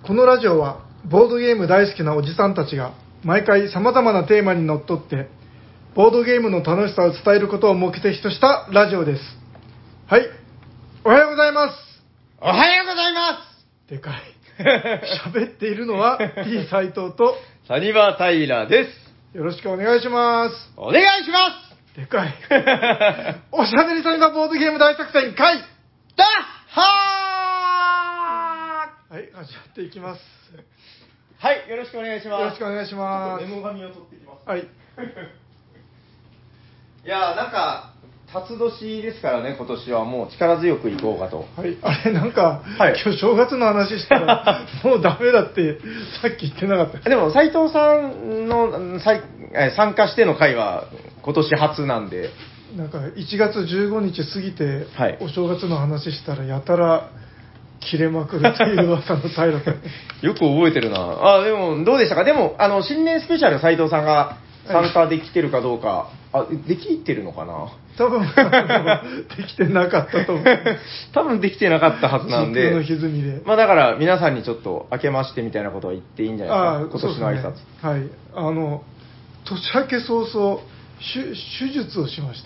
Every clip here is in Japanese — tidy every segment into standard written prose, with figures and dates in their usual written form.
このラジオはボードゲーム大好きなおじさんたちが毎回様々なテーマにのっとってボードゲームの楽しさを伝えることを目的としたラジオです。はい、おはようございます。 おはようございまでかい。喋っているのは T 斎藤とす。サニバタイラです。 よろしくお願いします。 お願いしまでかい。おしゃべりさんがボードゲーム大作戦会す。だははい、始まっていきます。 はい、よろしくお願いします。 よろしくお願いします。 メモ紙を取ってきます。 はい。 いやー、なんか、辰年ですからね、今年はもう力強くいこうかと。 はい、あれなんか、 はい、 今日正月の話したらもうダメだってさっき言ってなかった。 でも斉藤さんの参加しての会は今年初なんで、 なんか1月15日過ぎて、 はい、 お正月の話したらやたら切れまくるという噂の平さん。 よく覚えてるな。あ、でもどうでしたか。でも新年スペシャル斉藤さんが参加できてるかどうか、はい、できてるのかな。 多分できてなかったと思う。 多分できてなかったはずなんで。 時空の歪みで。 まあだから皆さんにちょっと明けましてみたいなことは言っていいんじゃないですか。今年の挨拶。 ね、はい。年明け早々手術をしました。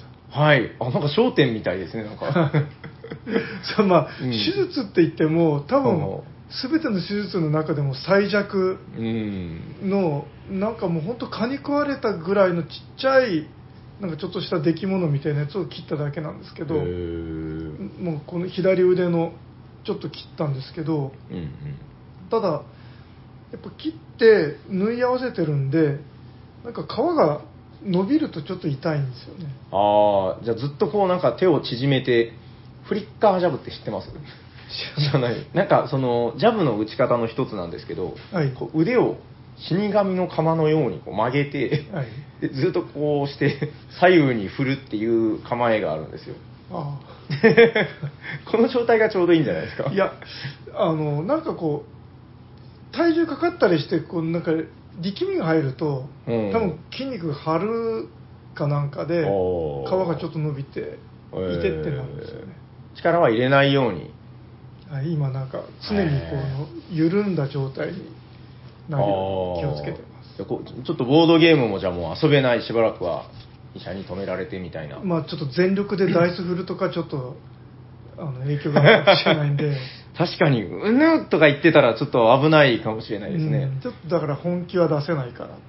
はい。なんか焦点みたいですね。なんか。 そう、まあ、手術って言っても多分全ての手術の中でも最弱の、なんかもう本当蚊に食われたぐらいのちっちゃいなんかちょっとした出来物みたいなやつを切っただけなんですけど、もうこの左腕のちょっと切ったんですけど、ただやっぱ切って縫い合わせてるんで、なんか皮が伸びるとちょっと痛いんですよね。 ああ、じゃあずっとこうなんか手を縮めてフリッカージャブって知ってます？知らない。なんかそのジャブの打ち方の一つなんですけど、 はい、 こう腕を死神の鎌のようにこう曲げて、はい、でずっとこうして左右に振るっていう構えがあるんですよ。 あこの状態がちょうどいいんじゃないですか。 いや、なんかこう体重かかったりしてこうなんか力みが入ると、多分筋肉が張るかなんかで皮がちょっと伸びていてってなるんですよね。 力は入れないように。 今なんか常にこう緩んだ状態になるように気をつけてます。 ちょっとボードゲームもじゃあもう遊べない、しばらくは医者に止められてみたいな。 まあちょっと全力でダイス振るとかちょっと影響があるかもしれないんで確かにうぬとか言ってたらちょっと危ないかもしれないですね。 ちょっとだから本気は出せないからって。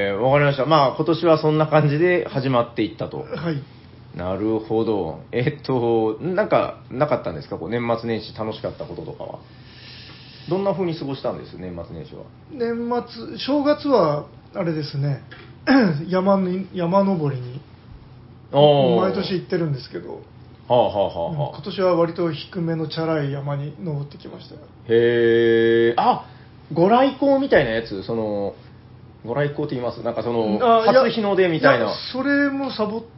わかりました。まあ今年はそんな感じで始まっていったと。 はい。 なるほど。なんかなかったんですか、こう年末年始楽しかったこととかは。どんな風に過ごしたんです、年末年始は。 正月はあれですね山登りに毎年行ってるんですけど、今年は割と低めのチャラい山に登ってきましたよ。 へー。ご来光みたいなやつ、ご来光って言います？なんか初日の出みたいな。 それもサボって。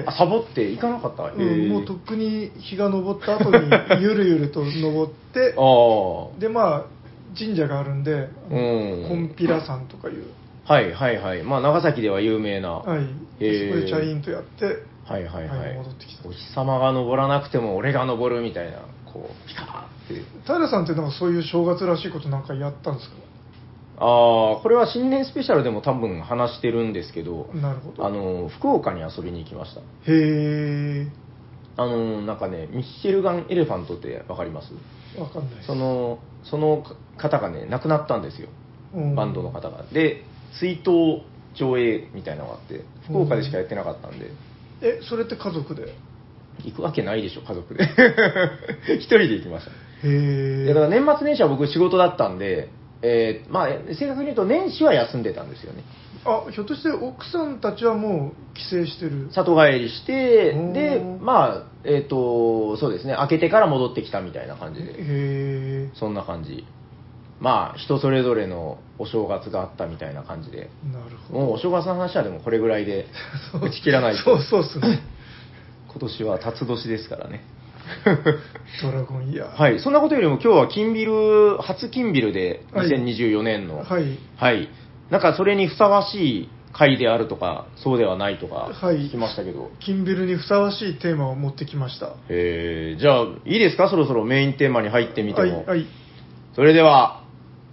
サボって行かなかった？ もうとっくに日が昇った後にゆるゆると登ってでまあ神社があるんで、コンピラ山とかいう、 はいはいはい、まあ長崎では有名な、 はい、そこでチャインとやって、 はいはいはい、 戻ってきた。 お日様が昇らなくても俺が昇るみたいな、こうピカーって。 平さんってなんかそういう正月らしいことなんかやったんですか？ これは新年スペシャルでも多分話してるんですけど、 なるほど。 福岡に遊びに行きました。 へー。なんかね、ミッシェルガン・エレファントってわかります？ わかんないです。 その方がね、亡くなったんですよ、バンドの方が。で、追悼上映みたいなのがあって、福岡でしかやってなかったんで。 それって家族で？ 行くわけないでしょ、家族で。一人で行きました。 へだから年末年始は僕仕事だったんで、まあ、正確に言うと年始は休んでたんですよね。 ひょっとして奥さんたちはもう帰省してる？ 里帰りして、で、まあ、そうですね、明けてから戻ってきたみたいな感じで。そんな感じ。まあ、人それぞれのお正月があったみたいな感じで。 なるほど。 もうお正月の話はでもこれぐらいで打ち切らないと。 そうっすね。 今年は辰年ですからね。 ドラゴンイヤー。 はい、そんなことよりも今日は金ビル、初金ビルで2024年の、 はい。 はい。なんかそれにふさわしい回であるとか、そうではないとか聞きましたけど。 金ビルにふさわしいテーマを持ってきました。 じゃあ、いいですか、そろそろメインテーマに入ってみても。 はい。 それでは、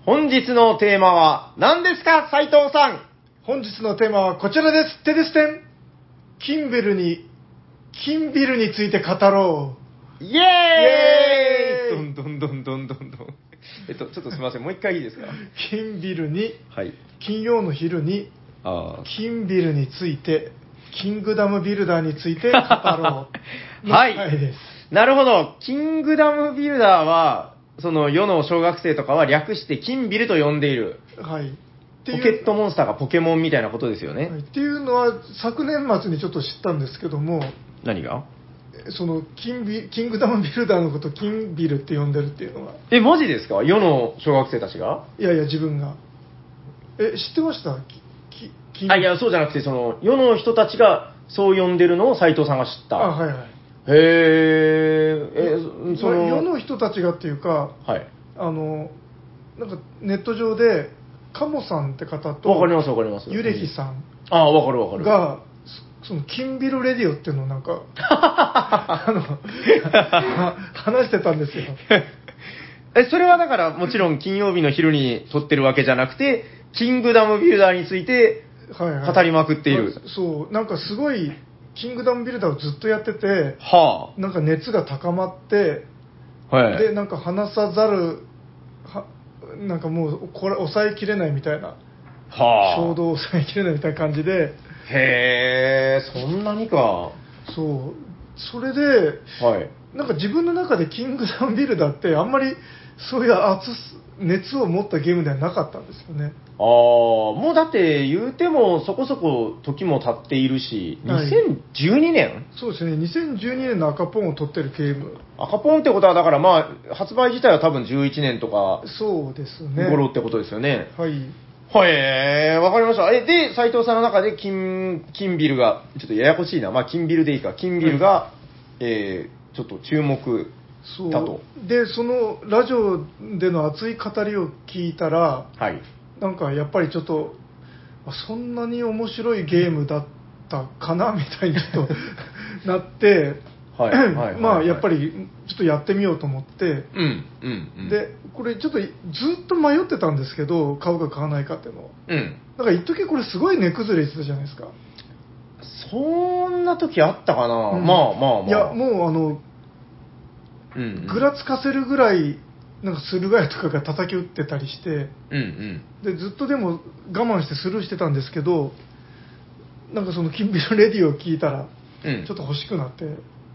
本日のテーマは何ですか、斉藤さん。 本日のテーマはこちらです。てですてん。金ビルについて語ろう。イエーイ。どん。ちょっとすみません、もう一回いいですか。 金ビルに、 はい、 金曜の昼に、金ビルについて、キングダムビルダーについて語ろう。 はい。なるほど。キングダムビルダーは、その世の小学生とかは略して金ビルと呼んでいる。 はい。 ポケットモンスターがポケモンみたいなことですよね。 はい、っていうのは昨年末にちょっと知ったんですけども。 何が？ そのキングダムビルダーのことを金ビルって呼んでるっていうのが。 マジですか？世の小学生たちが？ いや自分が。知ってました？ いや、そうじゃなくて、その世の人たちがそう呼んでるのを斉藤さんが知った。 はい。その世の人たちがっていうか、 はい、 なんかネット上でカモさんって方と、 わかりますユレヒさんわかるが、その金ビルレディオっていうのをなんか話してたんですよ。 それはだからもちろん金曜日の昼に撮ってるわけじゃなくて、キングダムビルダーについて語りまくっている。 そう、なんかすごいキングダムビルダーをずっとやってて、なんか熱が高まって、でなんか話さざるなんかもうこれ抑えきれないみたいな、衝動を抑えきれないみたいな感じで、 そんなにか。 そう、それで、なんか自分の中でキングダムビルダーってあんまりそういう熱を持ったゲームではなかったんですよね。 もうだって言うてもそこそこ時も経っているし、2012年？ そうですね、2012年の赤ポンを撮ってるゲーム。 赤ポンってことはだからまあ発売自体は多分11年とかそうですね頃ってことですよね。 はい。 わかりました。で、斉藤さんの中で金ビルが、ちょっとややこしいな。まあ、金ビルでいいか。金ビルが、ちょっと注目だと。 で、そのラジオでの熱い語りを聞いたら、なんかやっぱりちょっと、そんなに面白いゲームだったかなみたいにちょっとなって、まあやっぱりちょっとやってみようと思って、でこれちょっとずっと迷ってたんですけど、買うか買わないかっていうのを、だから一時これすごい値崩れしてたじゃないですか。 そんな時あったかな。 いやもうぐらつかせるぐらいなんか駿河屋とかが叩き打ってたりして、でずっとでも我慢してスルーしてたんですけど、なんかその金ビルレディを聞いたらちょっと欲しくなって。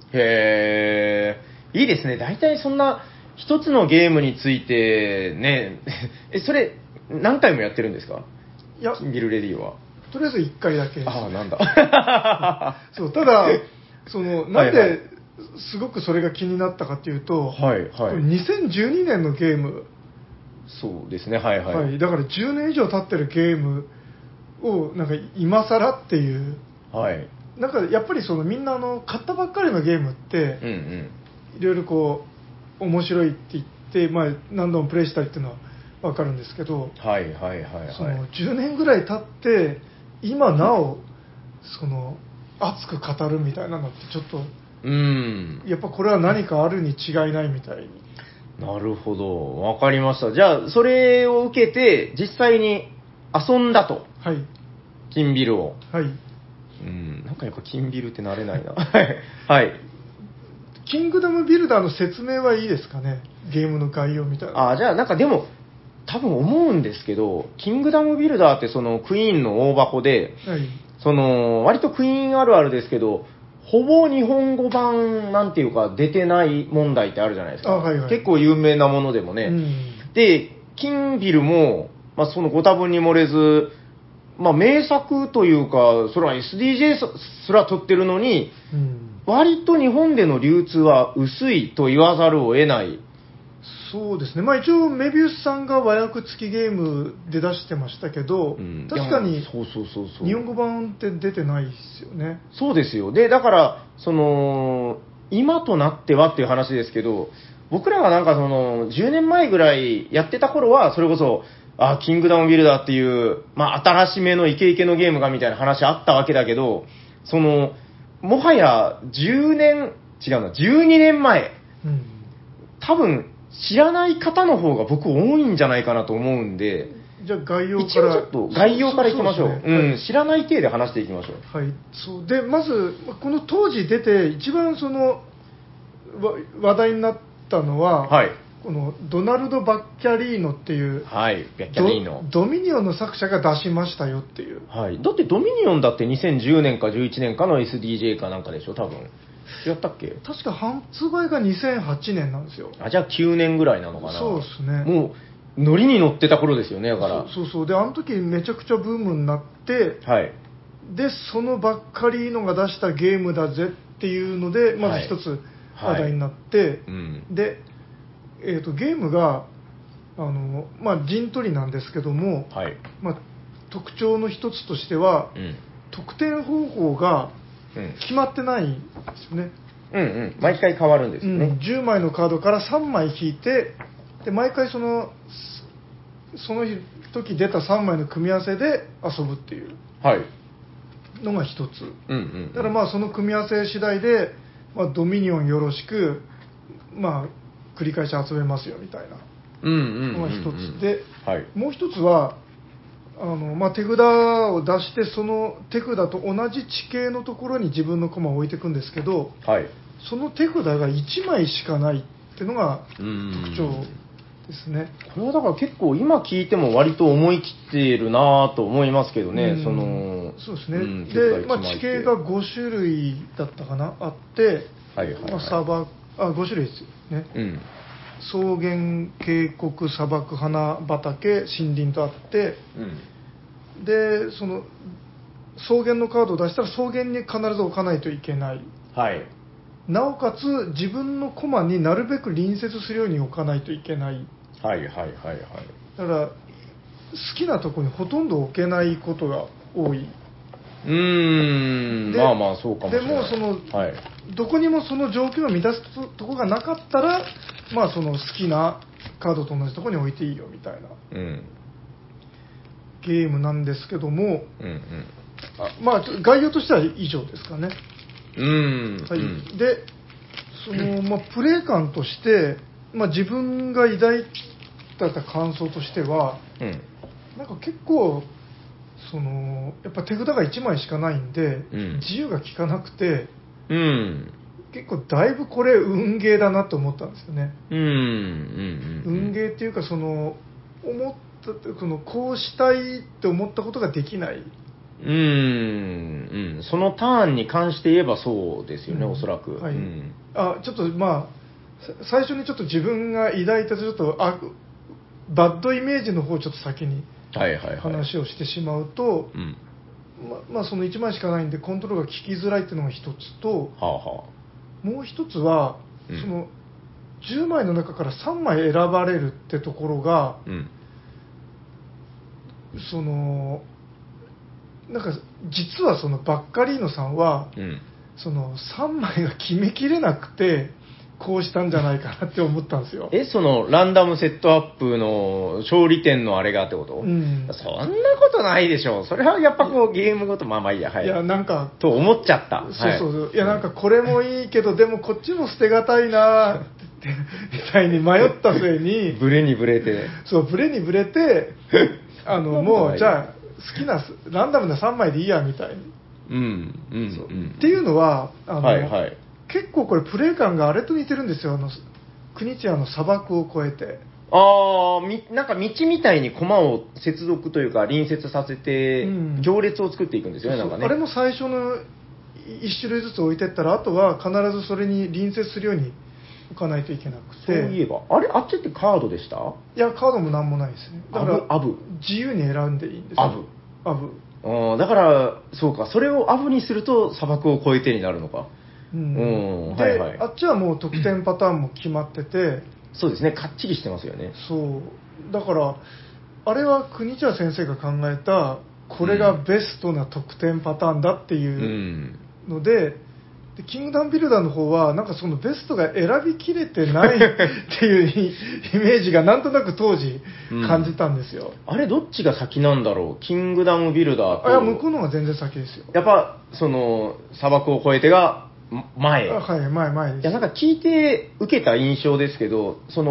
いいですね。大体そんな一つのゲームについてね、それ何回もやってるんですか？ いや、 金ビルレディは。 とりあえず1回だけ。 なんだ。 そう、ただ、なんですごくそれが気になったかっていうと、2012年のゲーム。 そうですね、 だから10年以上経ってるゲームを、なんか今更っていう。なんかやっぱりみんな買ったばっかりのゲームって、いろいろこう面白いって言って、まあ、何度もプレイしたりっていうのは分かるんですけど、10年ぐらい経って今なお熱く語るみたいなのってちょっと、やっぱこれは何かあるに違いないみたいに。 なるほど、分かりました。じゃあそれを受けて実際に遊んだと。金ビルを。なんかやっぱ金ビルってなれないな。 キングダムビルダーの説明はいいですかね、ゲームの概要みたいな。 じゃあなんかでも多分思うんですけど、キングダムビルダーってそのクイーンの大箱で、割とクイーンあるあるですけど、ほぼ日本語版なんていうか出てない問題ってあるじゃないですか。結構有名なものでもね。で、金ビルも、そのご多分に漏れず、名作というか、それは SDJ すら撮ってるのに、割と日本での流通は薄いと言わざるを得ない。 そうですね、一応メビウスさんが和訳付きゲームで出してましたけど、確かに日本語版って出てないですよね。 そうですよ。で、だから今となってはっていう話ですけど、僕らがなんか10年前ぐらいやってた頃は、それこそキングダムビルダーっていう、新しめのイケイケのゲームがみたいな話あったわけだけど、もはや12年前、多分知らない方の方が僕多いんじゃないかなと思うんで、 じゃあ概要から。 一応ちょっと概要からいきましょう。 そうですね、 うん、知らない体で話していきましょう。 はい。そうで、まず、この当時出て、一番話題になったのは、 はい。 このドナルド・バッキャリーノっていう、 はい、バッキャリーノ。 ドミニオンの作者が出しましたよっていう。 はい。だってドミニオンだって2010年か11年かの SDJ かなんかでしょ、多分。違ったっけ？ 確か発売が2008年なんですよ。 あ、じゃあ9年ぐらいなのかな。 そうですね。 もう、ノリに乗ってた頃ですよね、だから。 そう。で、あの時めちゃくちゃブームになって、 はい。 で、そのばっかりのが出したゲームだぜっていうので、まず一つ話題になって、 はいうん、 で、ゲームが、陣取りなんですけども、 はい特徴の一つとしては、 うん、 得点方法が決まってないんですよね。 うんうん、毎回変わるんですよね。 10枚のカードから3枚引いて、で毎回その時出た3枚の組み合わせで遊ぶっていうのが一つ、だからその組み合わせ次第で、ドミニオンよろしく、繰り返し遊べますよみたいなのが一つで、もう一つは手札を出して、その手札と同じ地形のところに自分の駒を置いていくんですけど、 はい、 その手札が1枚しかないっていうのが特徴ですね。 これはだから結構今聞いても割と思い切っているなと思いますけどね、 そうですね。で、地形が5種類だったかな、あって、5種類ですよね。草原、渓谷、砂漠、花畑、森林とあって、でその草原のカードを出したら草原に必ず置かないといけない、なおかつ自分の駒になるべく隣接するように置かないといけない、だから好きなところにほとんど置けないことが多い。 そうかもしれない。 でもどこにもその条件を満たすところがなかったら、その好きなカードと同じところに置いていいよみたいな、ゲームなんですけども、概要としては以上ですかね。で、プレイ感として、自分が抱いた感想としては、なんか結構やっぱ手札が1枚しかないんで、自由が利かなくて、結構だいぶこれ運ゲーだなと思ったんですよね。運ゲーっていうか、こうしたいって思ったことができない。 そのターンに関して言えばそうですよね、おそらく。 ちょっと最初にちょっと自分が抱いたちょっとバッドイメージの方をちょっと先に話をしてしまうと、その1枚しかないんでコントロールが効きづらいっていうのが一つと、もう一つは、その10枚の中から3枚選ばれるってところが、なんか実はそのバッカリーノさんは、その3枚が決めきれなくてこうしたんじゃないかなって思ったんですよ。 そのランダムセットアップの勝利点のあれがってこと、そんなことないでしょ。それはやっぱゲームごと、いいや、 いやなんかと思っちゃった。 いやなんかこれもいいけど、でもこっちも捨てがたいなってみたいに迷った末にブレにブレてもうじゃあ好きなランダムな3枚でいいやみたいに、っていうのは結構これプレイ感があれと似てるんですよ。国津屋の砂漠を越えて、 なんか道みたいに駒を接続というか隣接させて行列を作っていくんですよね。なんかね、 あれも最初の1種類ずつ置いてったら、あとは必ずそれに隣接するように置かないといけなくて。 そういえばあっちってカードでした？ いやカードもなんもないですね。だから自由に選んでいいんですよ。 だからそうか、それをアブにすると砂漠を越えてになるのか。 あっちはもう得点パターンも決まってて、 そうですね、かっちりしてますよね。 そうだからあれは国茶先生が考えたこれがベストな得点パターンだっていうので、キングダムビルダーの方はなんかそのベストが選びきれてないっていうイメージがなんとなく当時感じたんですよ。 あれどっちが先なんだろう、キングダムビルダーと。 いや向こうの方が全然先ですよ。 やっぱその砂漠を越えてが前。 前です。 いやなんか聞いて受けた印象ですけど、その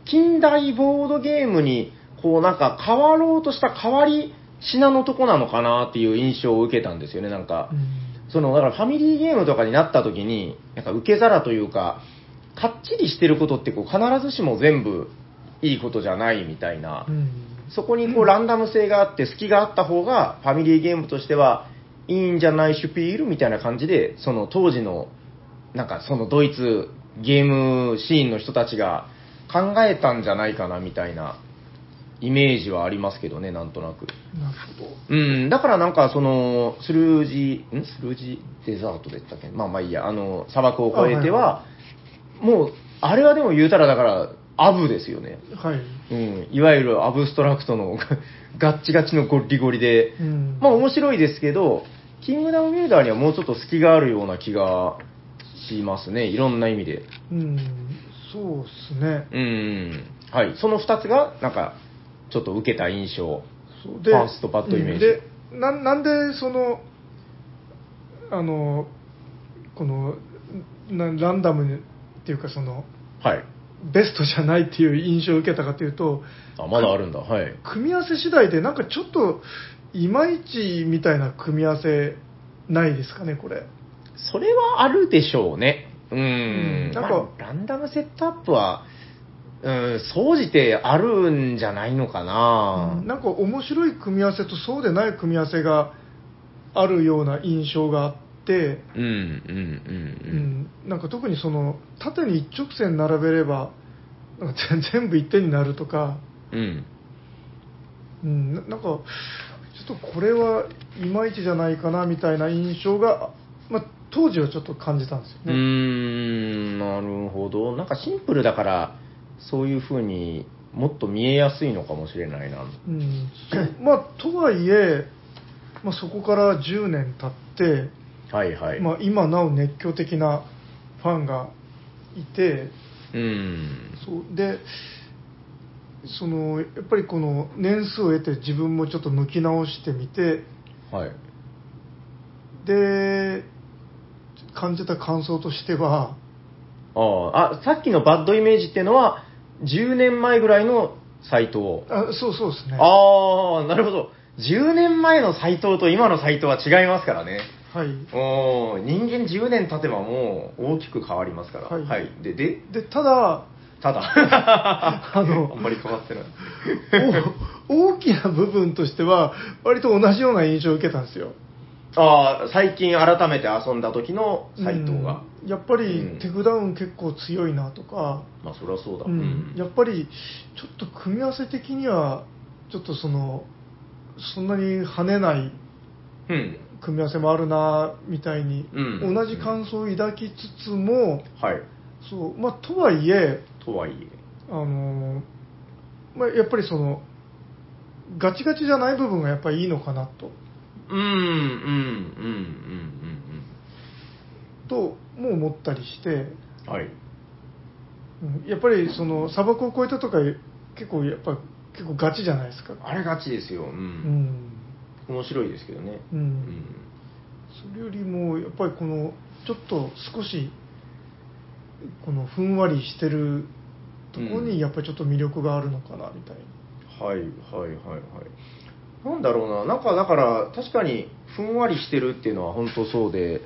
近代ボードゲームに、こうなんか変わろうとした変わり品のとこなのかなっていう印象を受けたんですよね、なんか。だからファミリーゲームとかになった時に、なんか受け皿というか、かっちりしてることってこう必ずしも全部いいことじゃないみたいな、そこにこうランダム性があって隙があった方がファミリーゲームとしてはいいんじゃないシュピールみたいな感じで、その当時のなんかそのドイツゲームシーンの人たちが考えたんじゃないかなみたいなイメージはありますけどね、なんとなく。 なるほど。 だからなんかそのスルージデザートで言ったっけ、まあまあいいや、砂漠を越えては、もうあれはでも言うたらだからアブですよね。 はい。 いわゆるアブストラクトのガッチガチのゴリゴリで、まあ面白いですけど、キングダムビルダーにはもうちょっと隙があるような気がしますね、いろんな意味で。 そうですね。 はい、その2つがなんかちょっと受けた印象。ファーストバッドイメージ。 で、なんでそのこのランダムっていうかその、 はい、 ベストじゃないっていう印象を受けたかというと、 まだあるんだ、はい、 組み合わせ次第でなんかちょっといまいちみたいな組み合わせないですかね、これ。 それはあるでしょうね。 なんか、 まあ、ランダムセットアップは総じてあるんじゃないのかな。 なんか面白い組み合わせとそうでない組み合わせがあるような印象があって、なんか特にその縦に一直線並べればなんか全部一点になるとか、なんかちょっとこれはいまいちじゃないかなみたいな印象が、まあ、当時はちょっと感じたんですよね。 なるほど。なんかシンプルだからそういう風にもっと見えやすいのかもしれないな。 まあとはいえ、まあ、そこから10年経って、まあ、今なお熱狂的なファンがいて、そうでそのやっぱりこの年数を得て自分もちょっと向き直してみて、で感じた感想としては、 さっきのバッドイメージっていうのは10年前ぐらいのサイト。 そうですね。 なるほど。10年前のサイトと今のサイトは違いますからね。人間10年経てばもう大きく変わりますから。でただあんまり変わってない。 大きな部分としては割と同じような印象を受けたんですよ。 最近改めて遊んだ時のサイトが、 やっぱり手札運結構強いなとか、 まあそりゃそうだ、 やっぱりちょっと組み合わせ的にはちょっとそんなに跳ねない組み合わせもあるなみたいに、同じ感想を抱きつつも、そうまあ、とはいえまあ、やっぱりそのガチガチじゃない部分がやっぱりいいのかなと。とも思ったりして、やっぱりその砂漠を越えたとか結構ガチじゃないですか。 あれガチですよ。面白いですけどね。 それよりもやっぱりこのちょっと少しこのふんわりしてるところにやっぱりちょっと魅力があるのかなみたいな。 なんだろうな、なんかだから確かにふんわりしてるっていうのは本当そうで、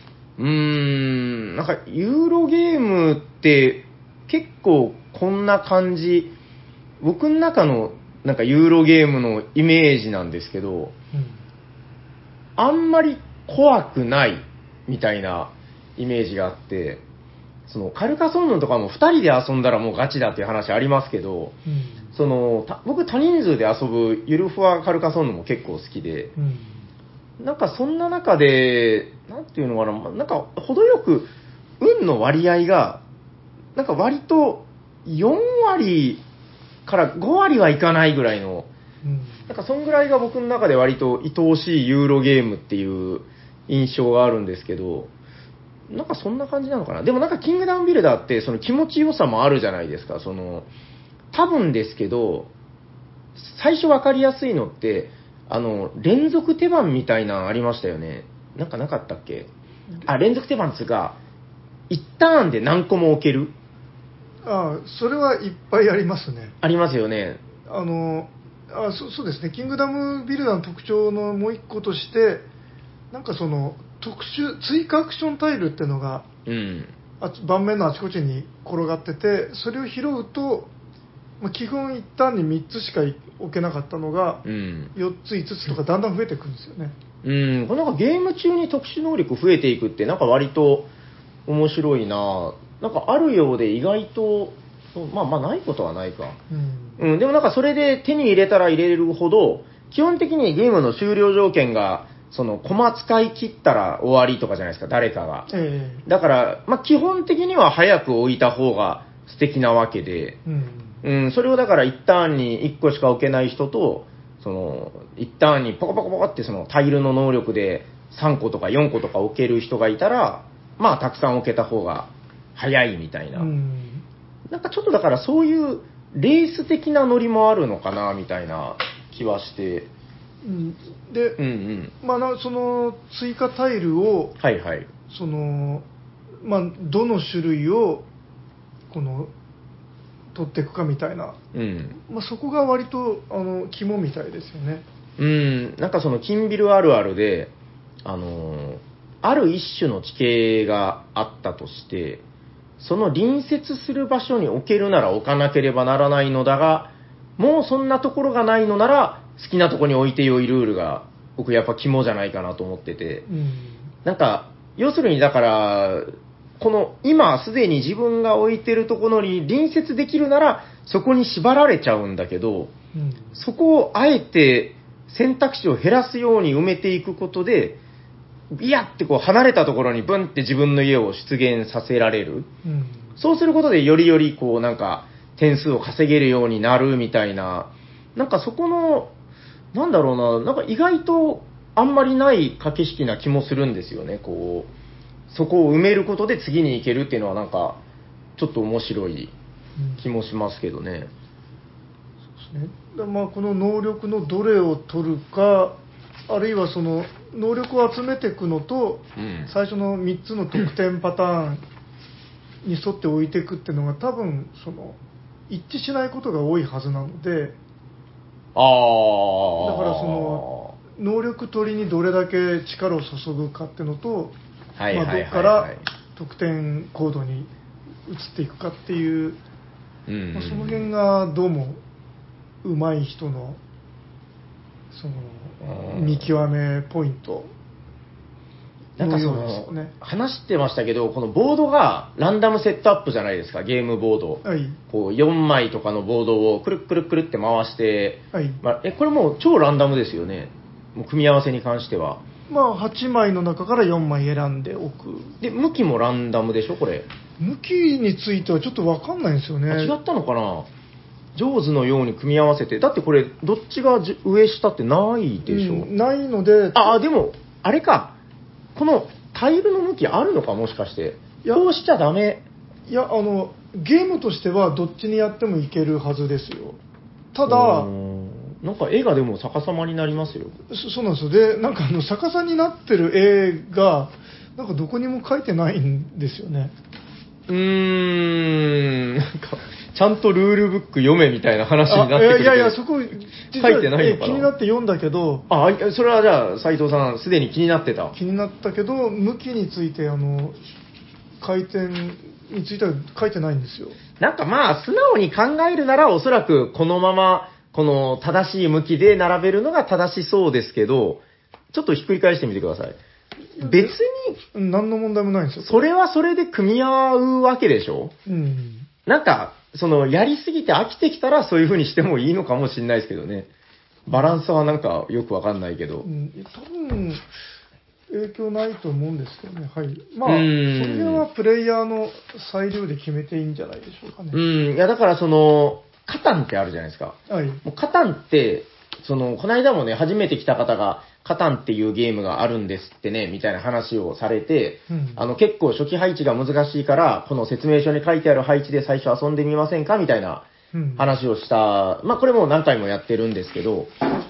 なんかユーロゲームって結構こんな感じ、僕の中のなんかユーロゲームのイメージなんですけど、あんまり怖くないみたいなイメージがあって、そのカルカソンヌとかも2人で遊んだらもうガチだっていう話ありますけど、僕多人数で遊ぶゆるふわカルカソンヌも結構好きで、なんかそんな中で、なんていうのかな、なんか程よく運の割合が、なんか割と4割から5割はいかないぐらいの、なんかそんぐらいが僕の中で割と愛おしいユーロゲームっていう印象があるんですけど、なんかそんな感じなのかな。でもなんかキングダムビルダーってその気持ちよさもあるじゃないですか。多分ですけど、最初わかりやすいのって、連続手番みたいなのありましたよね。なんかなかったっけ？連続手番つうか、1ターンで何個も置ける。 それはいっぱいありますね。 ありますよね。 そうですね、キングダムビルダーの特徴のもう一個として、なんかその追加アクションタイルっていうのが、盤面のあちこちに転がってて、それを拾うと、基本一旦に3つしか置けなかったのが、4つ、5つとかだんだん増えていくんですよね。 これなんかゲーム中に特殊能力増えていくって、なんか割と面白いな。なんかあるようで意外と、ないことはないか。でもなんかそれで手に入れたら入れるほど、基本的にゲームの終了条件が、そのコマ使い切ったら終わりとかじゃないですか、誰かが。だから、基本的には早く置いた方が素敵なわけで、それをだから一旦に1個しか置けない人と、その一旦にポコポコポコってそのタイルの能力で3個とか4個とか置ける人がいたら、たくさん置けた方が早いみたいな。なんかちょっとだからそういうレース的なノリもあるのかなみたいな気はして。 で、その追加タイルを、そのどの種類を取っていくかみたいな、そこが割と肝みたいですよね。 なんかその金ビルあるあるで、ある一種の地形があったとして、その隣接する場所に置けるなら置かなければならないのだが、もうそんなところがないのなら好きなところに置いてよいルールが僕やっぱ肝じゃないかなと思ってて、なんか要するにだからこの今すでに自分が置いてるところに隣接できるならそこに縛られちゃうんだけど、そこをあえて選択肢を減らすように埋めていくことで、いやって離れたところにブンって自分の家を出現させられる。そうすることでよりよりなんか点数を稼げるようになるみたいな、なんかそこの、なんだろうな、なんか意外とあんまりない駆け引きな気もするんですよね。そこを埋めることで次に行けるっていうのはなんか、ちょっと面白い気もしますけどね。 そうですね。この能力のどれを取るか、あるいはその能力を集めていくのと、最初の3つの得点パターンに沿って置いていくっていうのが多分一致しないことが多いはずなので、だからその能力取りにどれだけ力を注ぐかっていうのと、どこから得点行動に移っていくかっていう、その辺がどうも上手い人のその見極めポイントのようですね。 話してましたけど、このボードがランダムセットアップじゃないですか、ゲームボード。4枚とかのボードをくるくるくるって回して、これもう超ランダムですよね、もう組み合わせに関しては。 8枚の中から4枚選んでおく。 で、向きもランダムでしょ、これ。 向きについてはちょっと分かんないんですよね。 違ったのかな。上手のように組み合わせて、だってこれどっちが上下ってないでしょ、 ないので。 でもあれか、このタイルの向きあるのか、もしかして。こうしちゃダメ。 いや、ゲームとしてはどっちにやってもいけるはずですよ。ただなんか絵がでも逆さまになりますよ。 そうなんですよ。で、なんか逆さになってる絵がなんかどこにも書いてないんですよね。 なんかちゃんとルールブック読めみたいな話になってくるけど。 いやそこ書いてないのかな。 気になって読んだけど。 それはじゃあ斉藤さんすでに気になってた。 気になったけど、向きについて回転については書いてないんですよ。 なんか素直に考えるならおそらくこのままこの正しい向きで並べるのが正しそうですけど、ちょっとひっくり返してみてください。別に何の問題もないんですよ。 それはそれで組み合うわけでしょ。なんかやりすぎて飽きてきたらそういう風にしてもいいのかもしれないですけどね。バランスはなんかよくわかんないけど。 多分影響ないと思うんですけどね。その辺はプレイヤーの裁量で決めていいんじゃないでしょうかね。 いやだからカタンってあるじゃないですか。もうカタンって、この間もね、初めて来た方が、カタンっていうゲームがあるんですってね、みたいな話をされて、結構初期配置が難しいから、この説明書に書いてある配置で最初遊んでみませんかみたいな話をした。これも何回もやってるんですけど、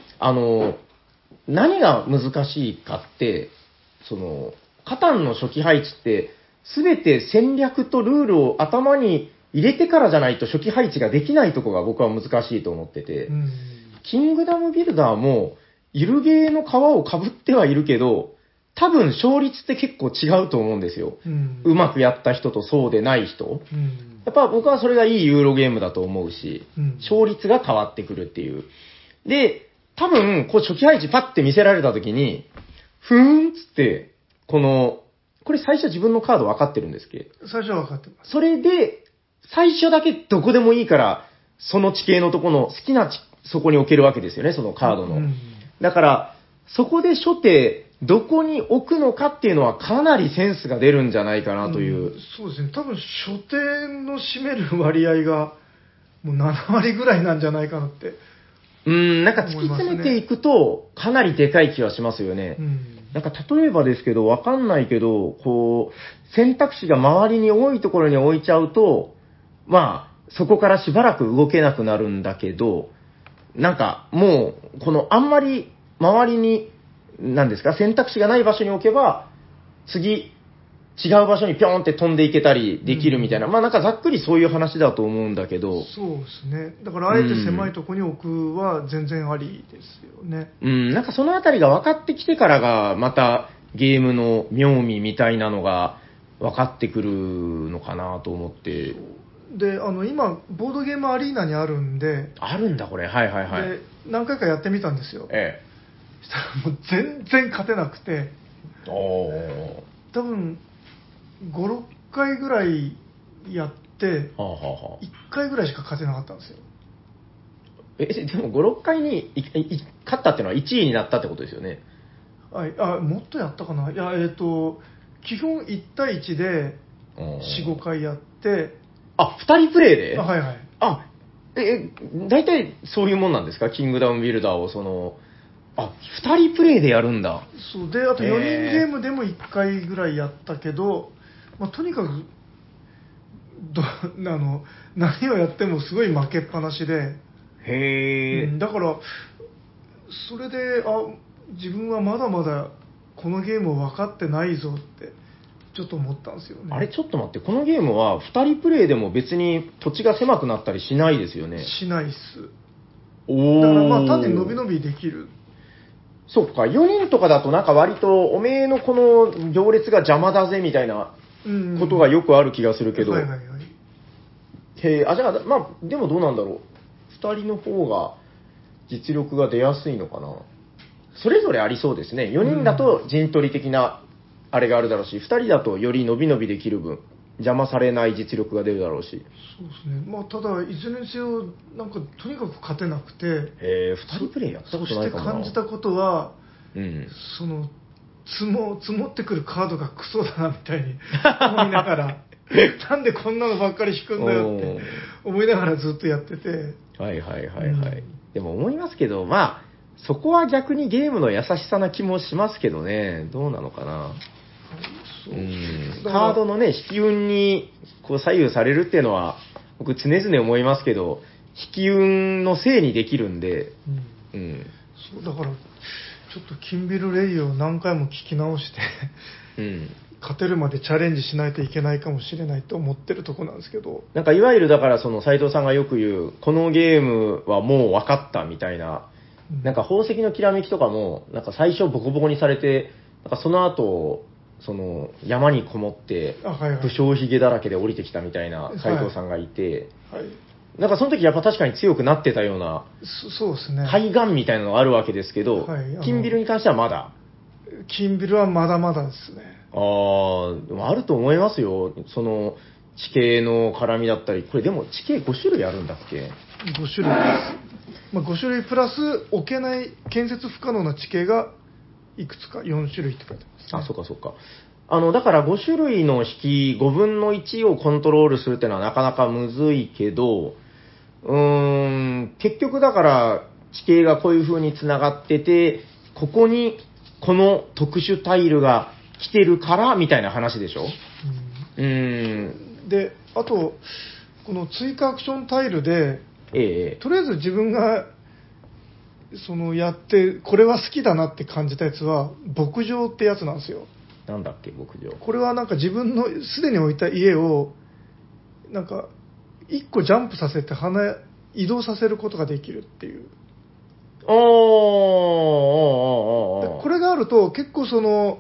何が難しいかって、カタンの初期配置って、すべて戦略とルールを頭に入れてからじゃないと初期配置ができないとこが僕は難しいと思ってて、キングダムビルダーも、イルゲーの皮を被ってはいるけど、多分勝率って結構違うと思うんですよ。うまくやった人とそうでない人。やっぱ僕はそれがいいユーロゲームだと思うし、勝率が変わってくるっていう。で、多分、こう初期配置パッて見せられた時に、ふーんっつって、これ最初自分のカード分かってるんですっけ？ 最初は分かってます。 それで、最初だけどこでもいいから、その地形のとこの好きなそこに置けるわけですよね、そのカードの。だから、そこで初手、どこに置くのかっていうのはかなりセンスが出るんじゃないかなという。 そうですね。多分初手の占める割合がもう7割ぐらいなんじゃないかなって。 なんか突き詰めていくとかなりでかい気はしますよね。なんか例えばですけど、わかんないけど、こう、選択肢が周りに多いところに置いちゃうと、まあ、そこからしばらく動けなくなるんだけど、なんかもう、このあんまり周りに何ですか、選択肢がない場所に置けば、次、違う場所にピョーンって飛んでいけたりできるみたいな、まあなんかざっくりそういう話だと思うんだけど。 そうですね。だからあえて狭いところに置くは全然ありですよね。 なんかそのあたりが分かってきてからが、またゲームの妙味みたいなのが分かってくるのかなと思って。 で、今、ボードゲームアリーナにあるんで。 あるんだ、これ。はいはいはい。 で、何回かやってみたんですよ。したらもう全然勝てなくて、多分5、6回ぐらいやって、1回ぐらいしか勝てなかったんですよ。 でも5、6回に勝ったっていうのは1位になったってことですよね。 はい、もっとやったかな。いや、基本1対1で4、5回やって、 2人プレイで？ はいはい。 大体そういうもんなんですか？キングダムビルダーを2人プレイでやるんだ。 そうで、あと4人ゲームでも1回ぐらいやったけど、まあ、とにかく何をやってもすごい負けっぱなしで、だからそれで自分はまだまだこのゲームを分かってないぞってちょっと思ったんですよね。 あれ、ちょっと待って、このゲームは2人プレイでも別に土地が狭くなったりしないですよね。 しないっす。だからまあ単に伸び伸びできる。 そうか、4人とかだとなんか割と、おめえのこの行列が邪魔だぜみたいなことがよくある気がするけど。じゃあ、まあ、でもどうなんだろう。2人の方が実力が出やすいのかな。それぞれありそうですね。4人だと陣取り的なあれがあるだろうし、2人だとより伸び伸びできる分、邪魔されない実力が出るだろうし。 そうですね。まあ、ただ、いずれにせよ、なんか、とにかく勝てなくて、 2人プレイやったことないかもな。 そして感じたことは、積もってくるカードがクソだな、みたいに思いながら、なんでこんなのばっかり引くんだよって思いながらずっとやってて。 はいはいはいはい。でも思いますけど、まあ、そこは逆にゲームの優しさな気もしますけどね。どうなのかな。カードのね、引き運にこう左右されるっていうのは、僕常々思いますけど、引き運のせいにできるんで、 そうだから、ちょっとキンビルレイを何回も聞き直して勝てるまでチャレンジしないといけないかもしれないと思ってるとこなんですけど。 なんかいわゆるだからその斉藤さんがよく言う、このゲームはもう分かったみたいな、なんか宝石のきらめきとかも、なんか最初ボコボコにされて、なんかその後、その山にこもって武将髭だらけで降りてきたみたいな斉藤さんがいて、なんかその時やっぱ確かに強くなってたような、 そうですね。 肺がんみたいなのがあるわけですけど、キンビルに関してはまだ。 キンビルはまだまだですね。 あると思いますよ。その地形の絡みだったり、これでも地形5種類あるんだっけ？ 5 種類です。まあ、5種類プラス置けない建設不可能な地形がいくつか4種類って書いてます、 そうかそうか。だから5種類の引き5分の1をコントロールするっていうのはなかなかむずいけど、結局だから地形がこういう風に繋がってて、ここにこの特殊タイルが来てるからみたいな話でしょ？ で、あと、この追加アクションタイルで、とりあえず自分がやってこれは好きだなって感じたやつは牧場ってやつなんですよ。 なんだっけ牧場。 これはなんか自分のすでに置いた家をなんか 1個ジャンプさせて移動させることができるっていう。これがあると結構す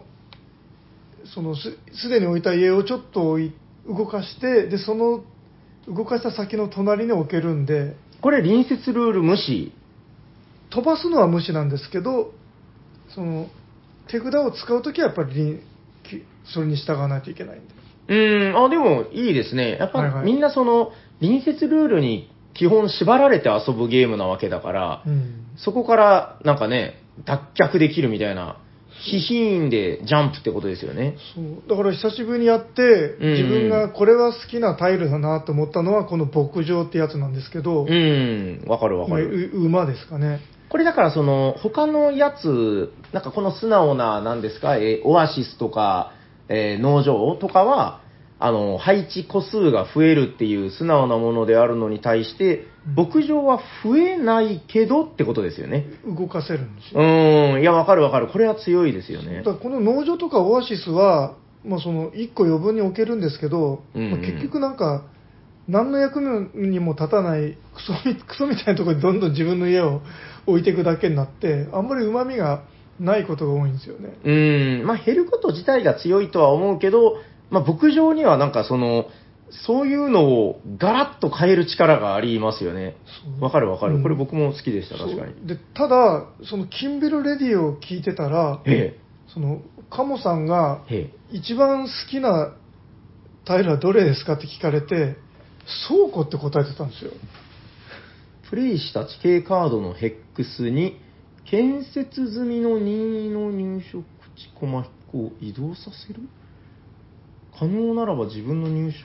でに置いた家をちょっと動かして、でその動かした先の隣に置けるんで。 これ隣接ルール無視？ 飛ばすのは無視なんですけど、手札を使うときはやっぱりそれに従わないといけないんで。 でもいいですね。やっぱ、みんな隣接ルールに基本縛られて遊ぶゲームなわけだから、そこからなんかね、脱却できるみたいな、ヒヒーンでジャンプってことですよね。 そうだから久しぶりにやって、自分がこれは好きなタイルだなと思ったのは、この牧場ってやつなんですけど、 わかるわかる。 馬ですかね。 これだから他のやつ、なんかこの素直な、なんですか、オアシスとか、農場とかは、配置個数が増えるっていう素直なものであるのに対して、牧場は増えないけどってことですよね。 動かせるんですよ。 いや、わかるわかる。これは強いですよね。 だからこの農場とかオアシスは、1個余分に置けるんですけど、結局なんか、何の役にも立たないクソみたいなところにどんどん自分の家を置いていくだけになって、あんまり旨味がないことが多いんですよね。 減ること自体が強いとは思うけど、牧場にはなんかそういうのをガラッと変える力がありますよね。わかるわかる。これ僕も好きでした、確かに。 で、ただ、キンビルレディを聞いてたら、カモさんが一番好きなタイルはどれですかって聞かれて、倉庫って答えてたんですよ。 プレイした地形カードのヘックスに、建設済みの任意の入植地コマ引を移動させる？可能ならば自分の入植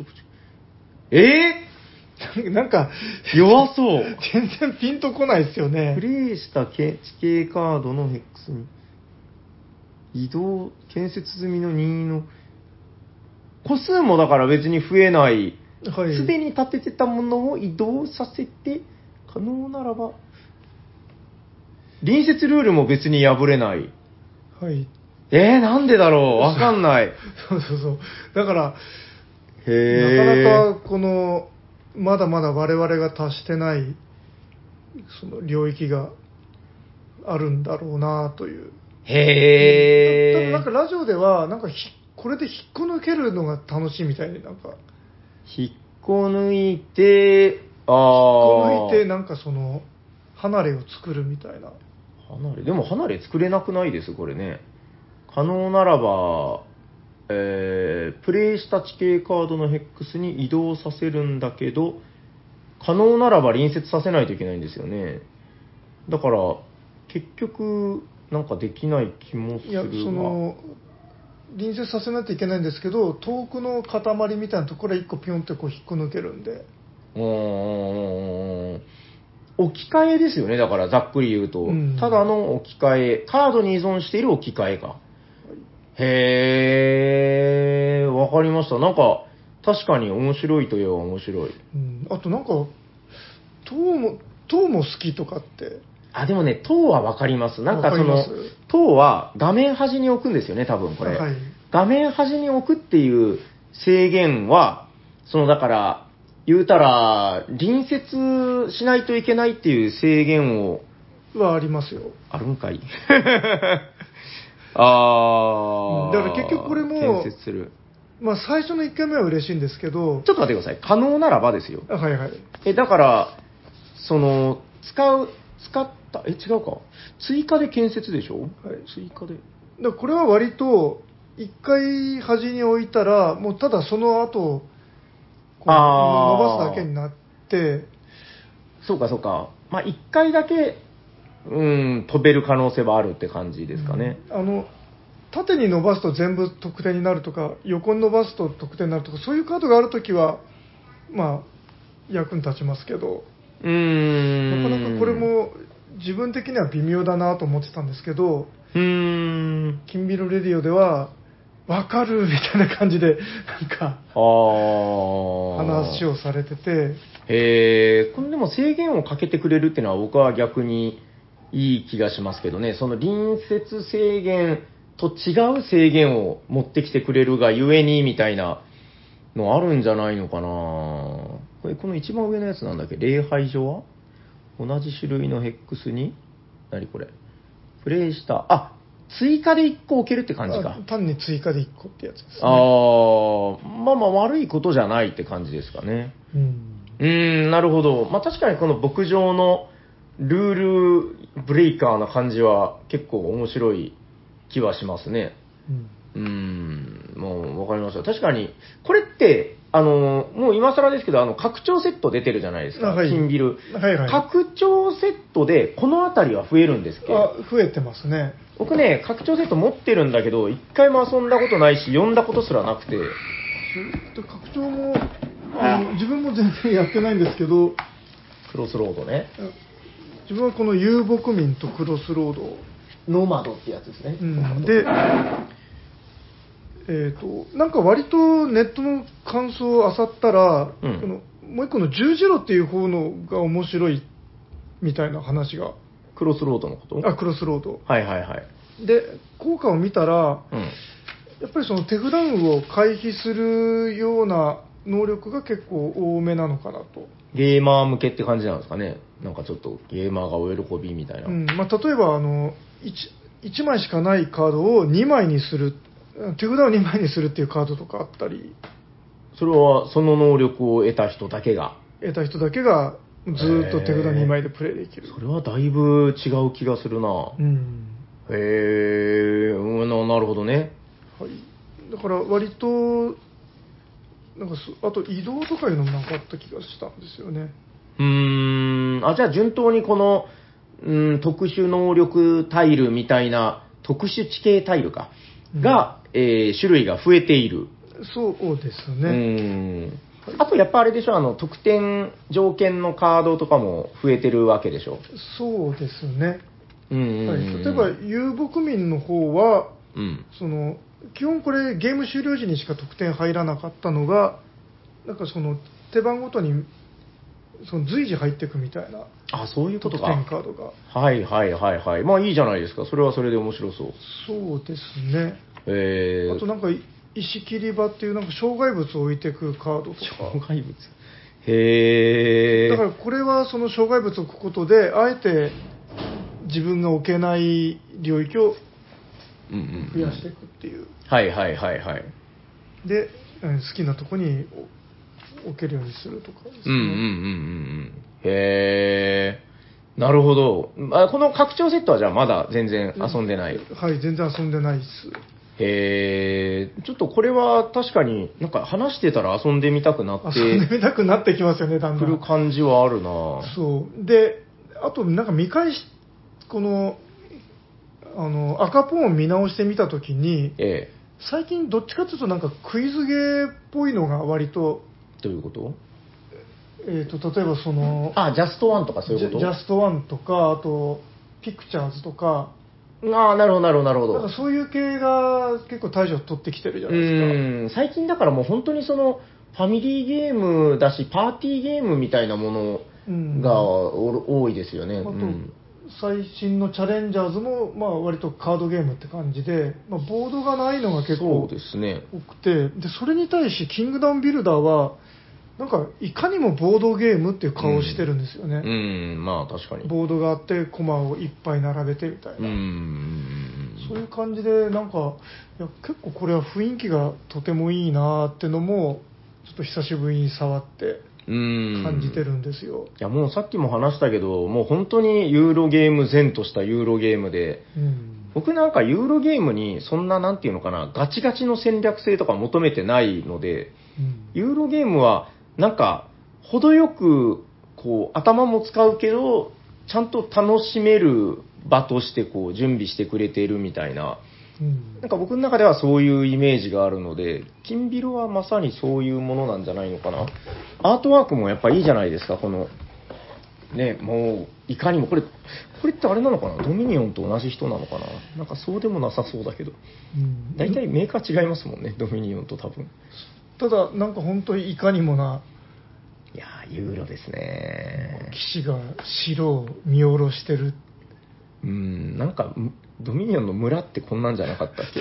地。 なんか、 弱そう。 全然ピンとこないですよね。 プレイした地形カードのヘックスに、建設済みの任意の、個数もだから別に増えない。すでに建ててたものを移動させて、可能ならば、隣接ルールも別に破れない。 はい。 なんでだろう、わかんない。 そう。だから、なかなかまだまだ我々が達してない、領域があるんだろうなという。ただなんかラジオでは、なんかこれで引っこ抜けるのが楽しいみたいになんか。 引っこ抜いて、 なんか離れを作るみたいな。 でも離れ作れなくないです、これね。可能ならば、プレイした地形カードのヘックスに移動させるんだけど、可能ならば隣接させないといけないんですよね。だから、結局、なんかできない気もするわ。 隣接させないといけないんですけど、遠くの塊みたいなところは1個ピョンって引っこ抜けるんで。 置き換えですよね、だからざっくり言うと。ただの置き換え、カードに依存している置き換えか。わかりました。なんか、確かに面白いといえば面白い。 あとなんか、塔も好きとかって。 でもね、塔はわかります。なんか塔は画面端に置くんですよね、多分これ。画面端に置くっていう制限は、だから、言うたら、隣接しないといけないっていう制限を。 はありますよ。 あるんかい。 だから結局これも、 建設する。 最初の1回目は嬉しいんですけど。 ちょっと待ってください。可能ならばですよ。だから、使った、違うか。追加で建設でしょ？追加で。 だからこれは割と、1回端に置いたら、もうただその後、伸ばすだけになって。 そうか。1回だけ、飛べる可能性はあるって感じですかね。 縦に伸ばすと全部得点になるとか、横に伸ばすと得点になるとか、そういうカードがあるときは、役に立ちますけど、なかなかこれも自分的には微妙だなと思ってたんですけど、キンビルレディオでは、わかるみたいな感じで、なんか、話をされてて。 これでも制限をかけてくれるっていうのは僕は逆にいい気がしますけどね。その隣接制限と違う制限を持ってきてくれるがゆえにみたいなのあるんじゃないのかな。 この一番上のやつなんだっけ、礼拝所は同じ種類のヘックスに、何これ、プレイした、あ、追加で1個置けるって感じか。 単に追加で1個ってやつですね。 まあまあ悪いことじゃないって感じですかね。なるほど。まあ確かにこの牧場のルールブレイカーな感じは結構面白い気はしますね。もうわかりました。確かに、これって、もう今更ですけど、拡張セット出てるじゃないですか、金ビル。拡張セットで、この辺りは増えるんですけど。 増えてますね。 僕ね、拡張セット持ってるんだけど、一回も遊んだことないし、読んだことすらなくて。 拡張も、自分も全然やってないんですけど、 クロスロードね。 自分はこの遊牧民とクロスロード。 ノマドってやつですね。 で、なんか割とネットの感想を漁ったら、このもう一個の十字路っていう方のが面白いみたいな話が。 クロスロードのこと？ クロスロード。 はいはいはい。 で、効果を見たら、やっぱりその手札運を回避するような能力が結構多めなのかなと。 ゲーマー向けって感じなんですかね。なんかちょっとゲーマーがお喜びみたいな。 まあ、例えば1枚しかないカードを2枚にする、手札を2枚にするっていうカードとかあったり。 それはその能力を得た人だけがずっと手札2枚でプレイできる。 それはだいぶ違う気がするな。なるほどね。 はい。だから割と、なんかあと移動とかいうのもなんかあった気がしたんですよね。 じゃあ順当にこの、特殊能力タイルみたいな、特殊地形タイルか、が、種類が増えている。 そうですね。 あとやっぱあれでしょ、得点条件のカードとかも増えてるわけでしょ。 そうですね。例えば遊牧民の方は、その基本これゲーム終了時にしか得点入らなかったのが、なんかその手番ごとにその随時入っていくみたいな。 そういうことか。 得点カードが。 はい。まあいいじゃないですか。それはそれで面白そう。 そうですね。あとなんか石切り場っていうなんか障害物を置いていくカードとか。 障害物。だからこれはその障害物を置くことで、あえて自分が置けない領域を増やしていくっていう。 はい。 で、好きなとこに置けるようにするとかですね。なるほど。この拡張セットはじゃあまだ全然遊んでない？ はい、全然遊んでないです。 ちょっとこれは確かになんか話してたら遊んでみたくなって。 遊んでみたくなってきますよね、だんだん。 来る感じはあるな。 そう。で、あとなんかこの、赤ポンを見直してみたときに、最近どっちかというとなんかクイズゲーっぽいのが割と。 どういうこと？ 例えばその。 ジャストワンとかそういうこと？ ジャストワンとか、あと、ピクチャーズとか。 なるほど。 なんかそういう系が結構大将取ってきてるじゃないですか。最近だからもう本当にその、ファミリーゲームだし、パーティーゲームみたいなものが多いですよね。 最新のチャレンジャーズも、まあ、割とカードゲームって感じで、まあ、ボードがないのが結構多くて、でそれに対しキングダムビルダーはなんかいかにもボードゲームっていう顔をしてるんですよね。 まあ確かに。 ボードがあってコマをいっぱい並べてみたいな。そういう感じでなんかいや結構これは雰囲気がとてもいいなってのもちょっと久しぶりに触って感じてるんですよ。 いやもうさっきも話したけど、もう本当にユーロゲーム前としたユーロゲームで、僕なんかユーロゲームにそんななんていうのかな、ガチガチの戦略性とか求めてないので、ユーロゲームはなんか程よくこう頭も使うけどちゃんと楽しめる場としてこう準備してくれているみたいな。なんか僕の中ではそういうイメージがあるので、金ビルはまさにそういうものなんじゃないのかな。アートワークもやっぱいいじゃないですか、この、ね、もう、いかにも、これってあれなのかな、ドミニオンと同じ人なのかな、なんかそうでもなさそうだけど、大体メーカー違いますもんね、ドミニオンと多分。 ただ、なんか本当にいかにもな、 いやー、ユーロですね。 騎士が城を見下ろしてる。 なんか、 ドミニオンの村ってこんなんじゃなかったっけ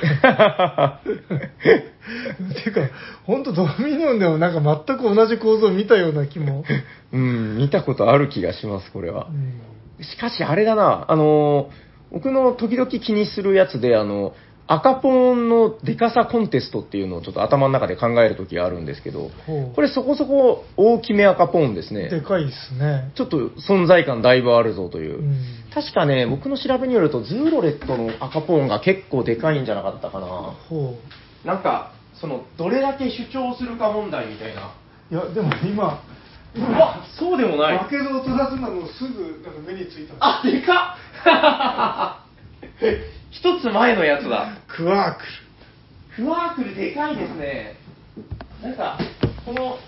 てか、本当ドミニオンでもなんか全く同じ構造を見たような気も。 うん、見たことある気がします、これは。しかし、あれだな、僕の時々気にするやつで、赤ポーンのデカさコンテストっていうのをちょっと頭の中で考えるときがあるんですけど、これそこそこ大きめ赤ポーンですね。 でかいですね。 ちょっと存在感だいぶあるぞという。確かね、僕の調べによると、ズーロレットの赤ポーンが結構でかいんじゃなかったかな。なんか、どれだけ主張するか問題みたいな。 いや、でも今、 そうでもない。 化けの音出すのもすぐなんか目についた。 あ、でかっ一つ前のやつだ。 クワークル。クワークルでかいですね。なんか、この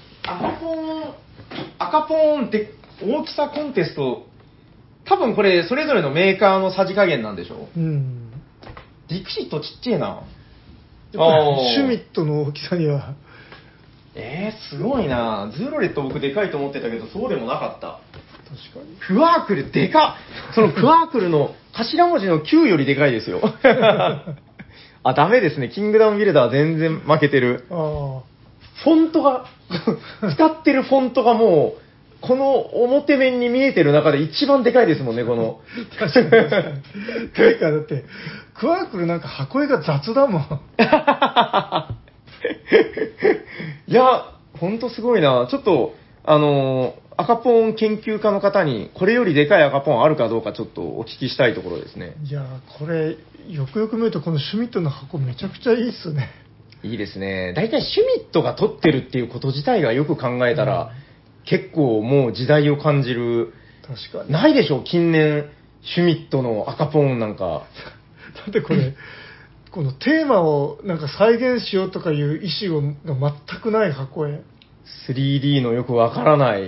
赤ポーンって大きさコンテスト、多分これそれぞれのメーカーのさじ加減なんでしょ。ディクシットちっちゃいな。 シュミットの大きさには。 すごいな。ズーロレット僕でかいと思ってたけど、そうでもなかった。 確かに。 クワークルでかっ。そのクワークルの頭文字の Q よりでかいですよ。あ、ダメですね。キングダムビルダー全然負けてる。フォントが、使ってるフォントがもう、この表面に見えてる中で一番でかいですもんね、この。 確かに。というか、だって、クワークルなんか箱絵が雑だもん。 いや、ほんとすごいな。ちょっと、赤ポーン研究家の方に、これよりでかい赤ポーンあるかどうかちょっとお聞きしたいところですね。 いや、これ、よくよく見ると、このシュミットの箱めちゃくちゃいいっすね。 いいですね。大体シュミットが撮ってるっていうこと自体がよく考えたら、結構もう時代を感じる。 確かに。 ないでしょ、近年、シュミットの赤ポーンなんか。 だってこれ、このテーマをなんか再現しようとかいう意思が全くない箱絵。 3D のよくわからない。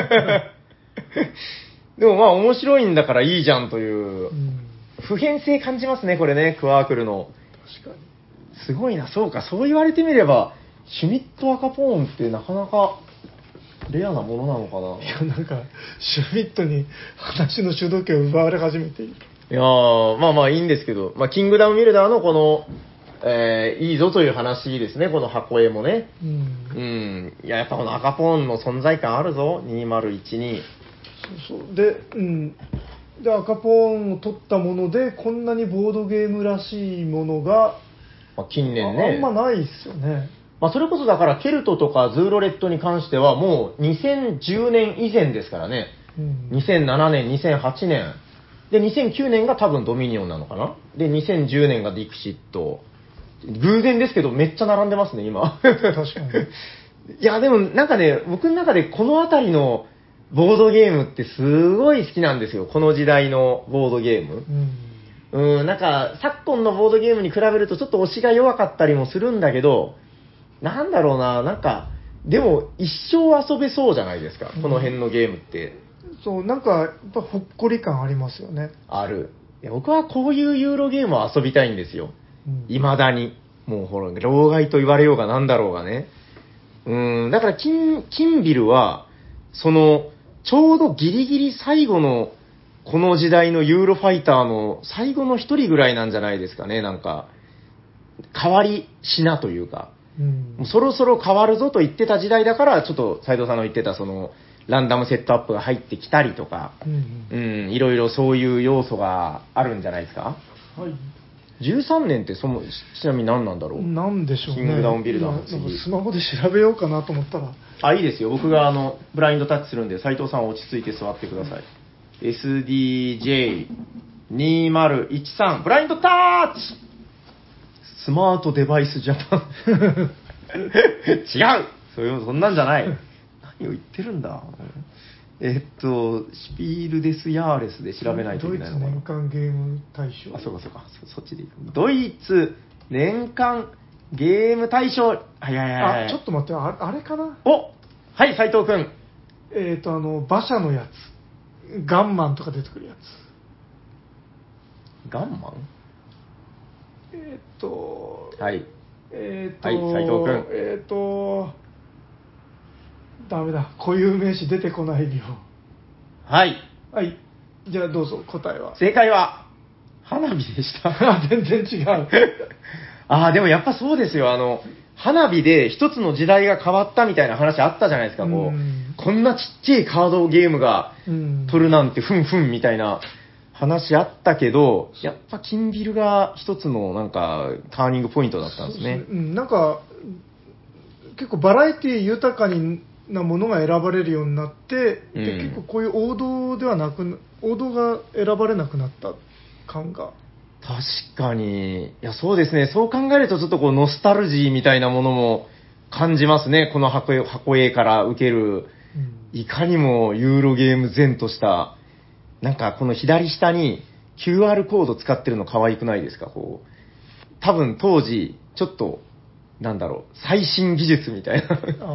でもまあ面白いんだからいいじゃんという、普遍性感じますね、これね、クワークルの。 確かに。 すごいな、そうか、そう言われてみれば、シュミット赤ポーンってなかなかレアなものなのかな。 いや、なんか、シュミットに話の主導権を奪われ始めている。 いやー、まあまあいいんですけど、まあ、キングダムビルダーのこの、いいぞという話ですね、この箱絵もね。いや、やっぱこの赤ポーンの存在感あるぞ、2012。 そうで、で、赤ポーンを取ったもので、こんなにボードゲームらしいものが、 まあ、近年ね。 あんまないっすよね。 まあ、それこそだから、ケルトとかズーロレットに関しては、もう2010年以前ですからね。2007年、2008年。で、2009年が多分ドミニオンなのかな。で、2010年がディクシット。偶然ですけど、めっちゃ並んでますね、今。 確かに。 いや、でもなんかね、僕の中でこの辺りのボードゲームってすごい好きなんですよ。この時代のボードゲーム。なんか、昨今のボードゲームに比べるとちょっと推しが弱かったりもするんだけど、なんだろうな、なんか、でも一生遊べそうじゃないですか、この辺のゲームって。 そう、なんか、やっぱほっこり感ありますよね。 ある。僕はこういうユーロゲームを遊びたいんですよ。未だに。もうほら、老害と言われようがなんだろうがね。だからキンビルは、ちょうどギリギリ最後の、この時代のユーロファイターの最後の一人ぐらいなんじゃないですかね、なんか。変わりしなというか。もうそろそろ変わるぞと言ってた時代だから、ちょっと斉藤さんの言ってたランダムセットアップが入ってきたりとか、いろいろそういう要素があるんじゃないですか。 はい。 13年ってちなみに何なんだろう。 なんでしょうね。 キングダムビルダーの次。 なんかスマホで調べようかなと思ったら。 あ、いいですよ。僕がブラインドタッチするんで、斉藤さんは落ち着いて座ってください。SDJ2013 ブラインドタッチ。スマートデバイスジャパン。違う、そんなんじゃない。何を言ってるんだ。シピールデスヤーレスで調べないといけないのかな。 ドイツ年間ゲーム大賞。 あ、そうか、そっちでいく。ドイツ年間ゲーム大賞。はい。 ちょっと待って、あれかな。 お、はい、斉藤くん。 馬車のやつ。ガンマンとか出てくるやつ。ガンマン？はい。斉藤くん。 ダメだ。固有名詞出てこないよ。 はい。 はい。じゃあどうぞ、答えは。 正解は、 花火でした。 全然違う。 でもやっぱそうですよ。花火で一つの時代が変わったみたいな話あったじゃないですか、こんなちっちゃいカードゲームが取るなんてふんふんみたいな話あったけど、やっぱ金ビルが一つのなんかターニングポイントだったんですね。 なんか、結構バラエティ豊かなものが選ばれるようになって、で結構こういう王道が選ばれなくなった感が。 確かに。いや、そうですね。そう考えるとちょっとこうノスタルジーみたいなものも感じますね。この箱絵から受ける、いかにもユーロゲーム前とした、なんかこの左下に QR コード使ってるの可愛くないですか？こう。多分当時、ちょっと、なんだろう、最新技術みたいな。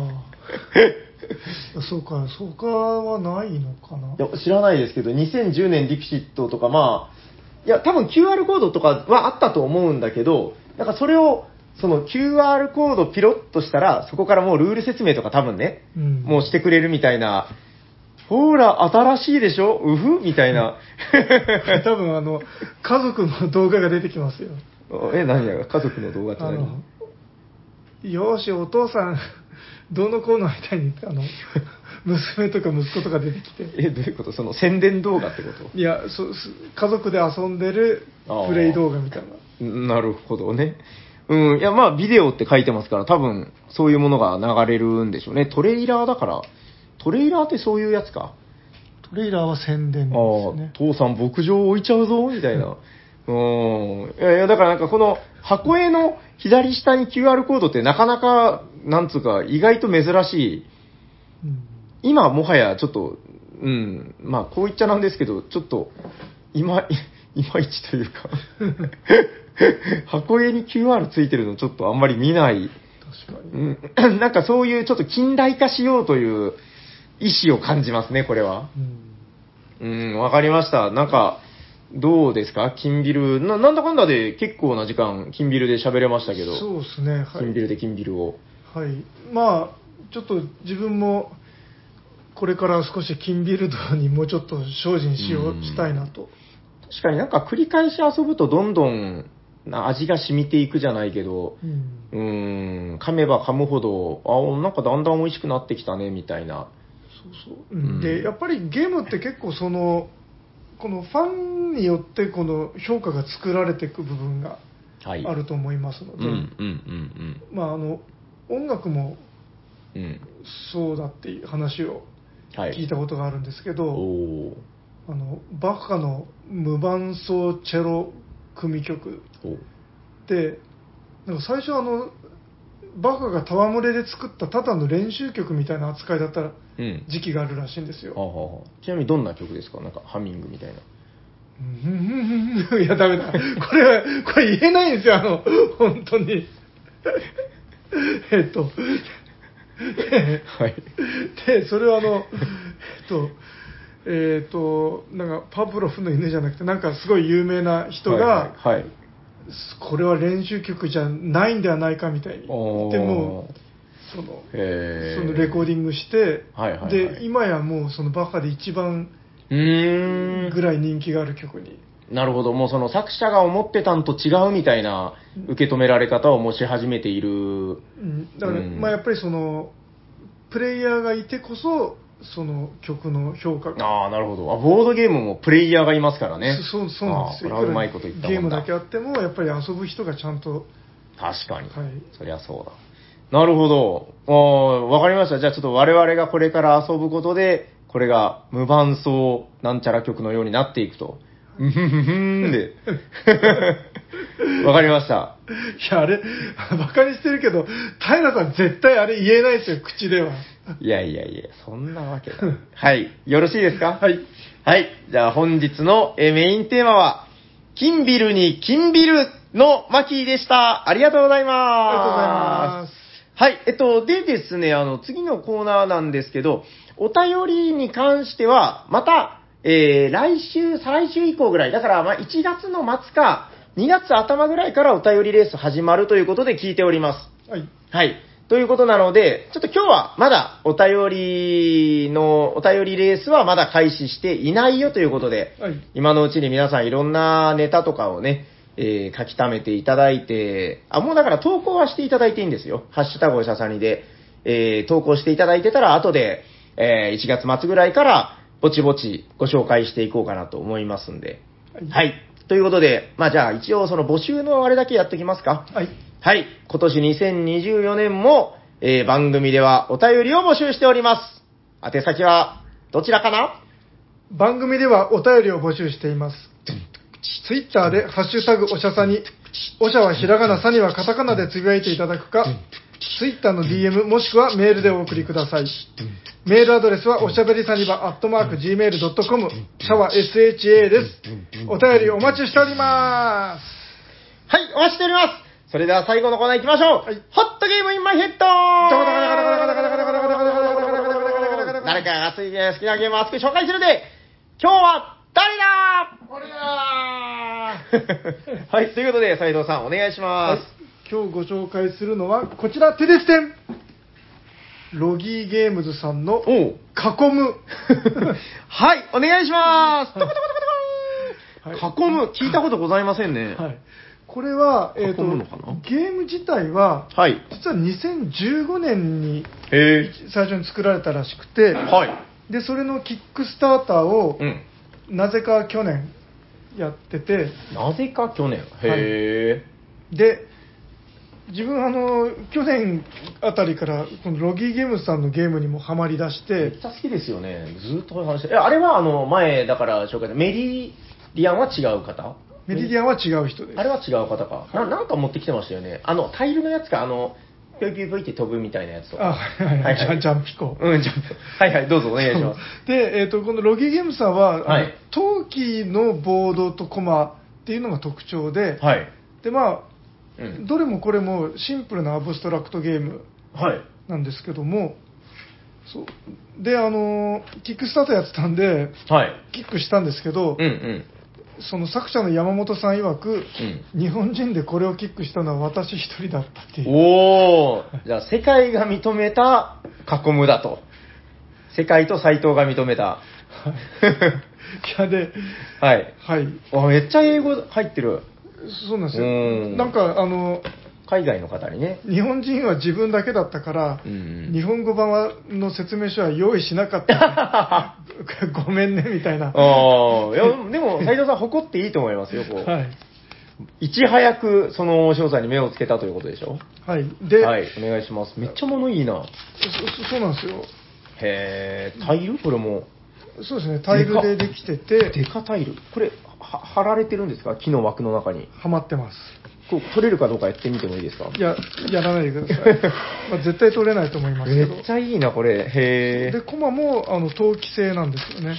そうかはないのかな。 いや、知らないですけど、2010年ディクシットとか、まあ、いや、多分 QR コードとかはあったと思うんだけど、なんかそれを、その QR コードピロッとしたら、そこからもうルール説明とか多分ね、もうしてくれるみたいな、ほーら、新しいでしょうふみたいな。 多分家族の動画が出てきますよ。 何や、家族の動画って何？ よーし、お父さん、どうのこうのみたいに、娘とか息子とか出てきて。 どういうこと？その宣伝動画ってこと？ いや、家族で遊んでるプレイ動画みたいな。なるほどね。いや、まあ、ビデオって書いてますから、多分、そういうものが流れるんでしょうね。トレイラーだから、トレイラーってそういうやつか。 トレイラーは宣伝ですね。 父さん牧場置いちゃうぞ、みたいな。いや、だからなんかこの箱絵の左下に QR コードってなかなか、なんつうか、意外と珍しい。今もはやちょっと、まあこう言っちゃなんですけど、ちょっと、いまいちというか、箱絵に QR ついてるのちょっとあんまり見ない。 確かに。 なんかそういうちょっと近代化しようという意思を感じますね、これは。わかりました。なんか、どうですか金ビル。なんだかんだで結構な時間、金ビルで喋れましたけど。 そうですね。はい、 金ビルで金ビルを。 はい。まあ、ちょっと自分も、これから少し金ビルドにもうちょっと精進したいなと。 確かになんか繰り返し遊ぶとどんどん味が染みていくじゃないけど、噛めば噛むほど、なんかだんだん美味しくなってきたね、みたいな。 そう。で、やっぱりゲームって結構このファンによってこの評価が作られていく部分があると思いますので、まあ音楽もそうだっていう話を聞いたことがあるんですけど、バッハの無伴奏チェロ組曲で、なんか最初バッハが戯れで作ったただの練習曲みたいな扱いだった時期があるらしいんですよ。 ちなみにどんな曲ですか？なんかハミングみたいな。 いや、ダメだ。これ言えないんですよ、本当に。 はい。 で、それはなんかパブロフの犬じゃなくて、なんかすごい有名な人が、これは練習曲じゃないんではないかみたいに言っても、そのレコーディングして、で今やもうそのバッハで一番ぐらい人気がある曲に。 なるほど、もうその作者が思ってたんと違うみたいな受け止められ方をもし始めている。 だから、まあやっぱりそのプレイヤーがいてこそその曲の評価が。 なるほど。ボードゲームもプレイヤーがいますからね。 そうなんですよ。 これはうまいこと言ったもんだ。 ゲームだけあってもやっぱり遊ぶ人がちゃんと。 確かに。そりゃそうだ。なるほど。わかりました。じゃあちょっと我々がこれから遊ぶことで、これが無伴奏なんちゃら曲のようになっていくと。で。わかりました。 いや、バカにしてるけど、平さん絶対あれ言えないですよ、口では。 いや、そんなわけだ。はい。よろしいですか？ はい。 はい。じゃあ本日のメインテーマは、金ビルに金ビルのマキーでした。ありがとうございます。 ありがとうございます。 はい。でですね、次のコーナーなんですけど、お便りに関しては、また、再来週以降ぐらい、だから、1月の末か、2月頭ぐらいからお便りレース始まるということで聞いております。 はい。 はい。 ということなので、ちょっと今日はまだお便りレースはまだ開始していないよということで、 はい、 今のうちに皆さんいろんなネタとかをね、書き溜めていただいて、もうだから投稿はしていただいていいんですよ。ハッシュタグおしゃさにで、投稿していただいてたら、後で、1月末ぐらいからぼちぼちご紹介していこうかなと思いますんで。はい。ということで、じゃあ一応その募集のあれだけやっときますか。 はい。 はい。今年2024年も、番組ではお便りを募集しております。宛先はどちらかな？ 番組ではお便りを募集しています。ツイッターでハッシュタグおしゃさに、おしゃはひらがな、さにはカタカナでつぶやいていただくか、ツイッターの DM もしくはメールでお送りください。メールアドレスはおしゃべりさにば@gmail.com、シャワ SHA です。お便りお待ちしております。 はい、お待ちしております。それでは最後のコーナー行きましょう。はい、ホットゲームインマイヘッド。誰かが熱い好きなゲームを熱く紹介するで、今日は誰だ？ 俺だはい、ということで斉藤さんお願いします。はい、 今日ご紹介するのはこちら、テレステンロギーゲームズさんの囲むはい、お願いします。囲む、聞いたことございませんね。 はい、これは、ゲーム自体は、 はい、 実は2015年に最初に作られたらしくて、 はい、 でそれのキックスターターを、なぜか去年やってて、 なぜか去年、へー、で自分去年あたりからこのロギーゲームズさんのゲームにもハマりだして、 めっちゃ好きですよね。ずっと話して、あれは前だから紹介したメリリアンは違う方？ メリディアンは違う人です。 あれは違う方か。なんか持ってきてましたよね。タイルのやつか、ぴょいぴょいぴょいって飛ぶみたいなやつとか。 はいはい、ジャンピコ。 うん、ジャンプ。はいはい、どうぞお願いします。 で、このロギーゲームさんは、陶器のボードとコマっていうのが特徴で、 はい、 で、どれもこれもシンプルなアブストラクトゲームなんですけども、そうで、キックスターターやってたんで、キックしたんですけど、その作者の山本さん曰く、日本人でこれをキックしたのは私一人だったっていう。 おー、じゃあ世界が認めた囲むだと。世界と斎藤が認めた。 いやで、 はい。めっちゃ英語入ってる。 そうなんですよ。なんか海外の方にね。 日本人は自分だけだったから、日本語版の説明書は用意しなかった。ごめんねみたいな。 いやでも斉藤さん誇っていいと思いますよ。いち早くその面白さに目をつけたということでしょ。 はい。で、 はい、お願いします。めっちゃ物いいな。 そうなんですよ。 へー、タイルこれも。 そうですね、タイルでできてて。 デカタイル。これ貼られてるんですか？木の枠の中に。 はまってます。 こう取れるかどうかやってみてもいいですか？ いや、やらないでください。絶対取れないと思いますけど。 めっちゃいいな、これ。へー。 で、コマも陶器製なんですよね。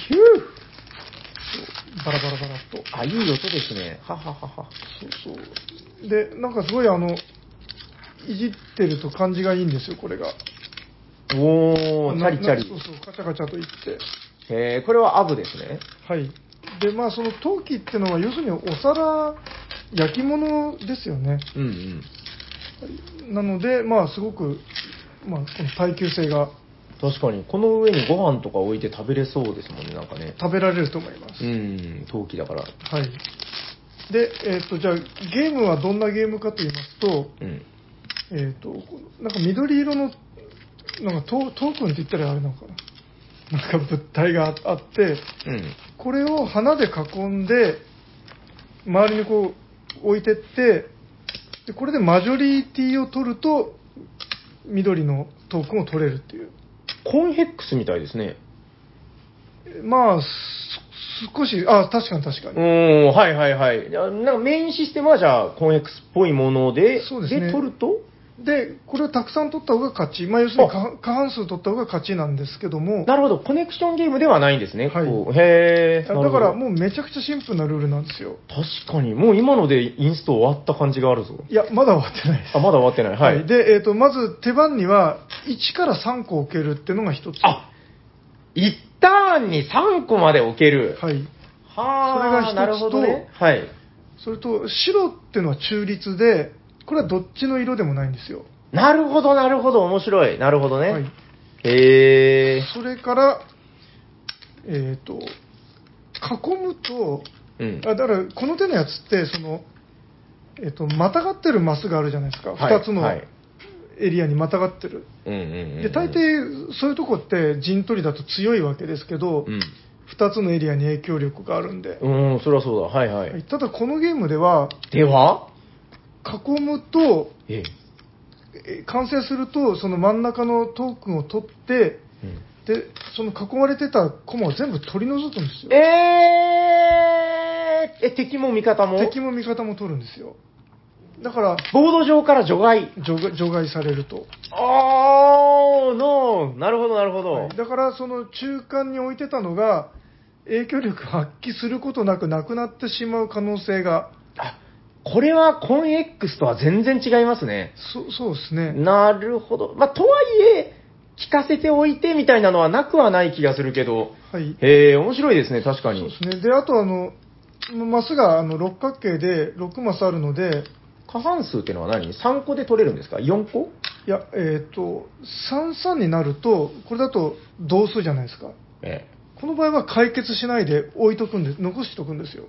バラバラバラっと。 いい音ですね。はははは。 そう。で、なんかすごいいじってると感じがいいんですよ、これが。 おー、チャリチャリ。 そう、カチャカチャといって。 へー、これはアブですね。 はい。で、その陶器っていうのは、要するにお皿、焼き物ですよね。なので、すごく、この耐久性が。 確かに、この上にご飯とか置いて食べれそうですもんね、なんかね。 食べられると思います。 陶器だから。 はい。で、じゃあ、ゲームはどんなゲームかと言いますと、なんか緑色の、なんかトークンって言ったらあれなのかな。なんか物体があって、これを花で囲んで、周りにこう置いてって、でこれでマジョリティを取ると、緑のトークンを取れるっていう。 コンヘックスみたいですね。 少し、確かに。 はい。なんかメインシステムはじゃあ、コンヘックスっぽいもので、 そうですね。 で取るとで、これをたくさん取った方が勝ち。要するに過半数取った方が勝ちなんですけども。 なるほど。コネクションゲームではないんですね。 はい。 へー。 だからもうめちゃくちゃシンプルなルールなんですよ。 確かに。もう今のでインスト終わった感じがあるぞ。 いや、まだ終わってないです。 まだ終わってない。はい。 で、まず手番には1から3個置けるっていうのが一つ。 1ターンに3個まで置ける。 はい。 はそれが一つと、 なるほどね。はい。 それと白っていうのは中立で、これはどっちの色でもないんですよ。 なるほど、なるほど、面白い。なるほどね。はい、 それから、囲むと、だからこの手のやつって、またがってるマスがあるじゃないですか。2つのエリアにまたがってる。で、大抵そういうとこって陣取りだと強いわけですけど、2つのエリアに影響力があるんで。 そりゃそうだ。はいはい。 ただこのゲームでは、囲むと、完成すると、その真ん中のトークンを取って、で、その囲まれてたコマを全部取り除くんですよ。 敵も味方も敵も味方も取るんですよ。だから、 ボード上から除外されると。 なるほど、なるほど。 はい、だから、その中間に置いてたのが、影響力発揮することなくなくなってしまう可能性が。 これはコン X とは全然違いますね。 そうですね。 なるほど。とはいえ、聞かせておいてみたいなのはなくはない気がするけど、 はい。 面白いですね、確かに。 そうですね。で、あとマスが六角形で6マスあるので、 過半数っていうのは何 ?3 個で取れるんですか ?4 個いや、33になると、これだと同数じゃないですか。この場合は解決しないで置いとくんです、残しておくんですよ。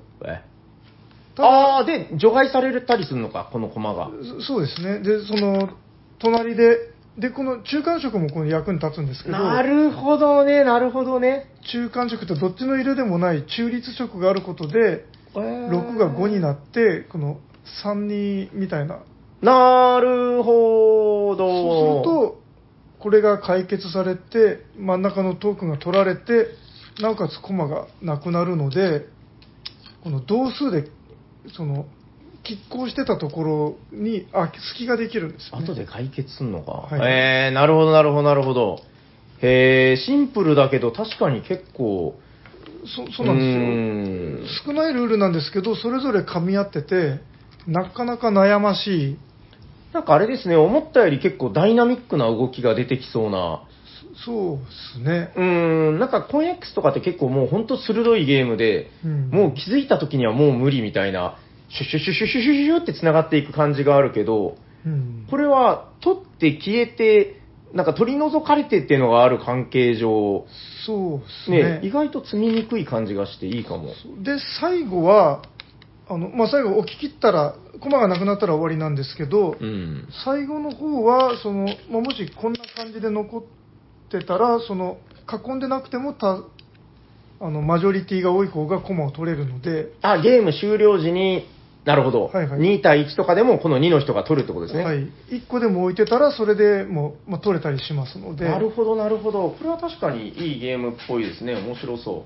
で、除外されたりするのか、この駒が。 そうですね。で、隣で、この中間色もこの役に立つんですけど。 なるほどね、なるほどね。 中間色ってどっちの色でもない中立色があることで、6が5になって、この3、2みたいな。 なるほど。 そうすると、これが解決されて、真ん中のトークンが取られて、なおかつコマがなくなるので、この同数で、拮抗してたところに隙ができるんですよね。 後で解決するのか。なるほど、なるほど、なるほど。シンプルだけど確かに結構。 そうなんですよ。少ないルールなんですけど、それぞれ噛み合ってて、なかなか悩ましい。 なんかあれですね、思ったより結構ダイナミックな動きが出てきそうな。 そうですね。 なんかコン X とかって結構もうほんと鋭いゲームで、もう気づいた時にはもう無理みたいな、シュシュシュシュシュシュシュって繋がっていく感じがあるけど、これは取って消えて、なんか取り除かれてっていうのがある関係上、 そうですね。 意外と積みにくい感じがしていいかも。 で、最後は、最後置き切ったら、駒がなくなったら終わりなんですけど、最後の方は、もしこんな感じで残ってたら、囲んでなくてもマジョリティが多い方が駒を取れるので。 ゲーム終了時に、なるほど、2対1とかでもこの2の人が取るってことですね。 はい。1個でも置いてたら、それでもう、取れたりしますので。 なるほど、なるほど。これは確かにいいゲームっぽいですね。面白そう。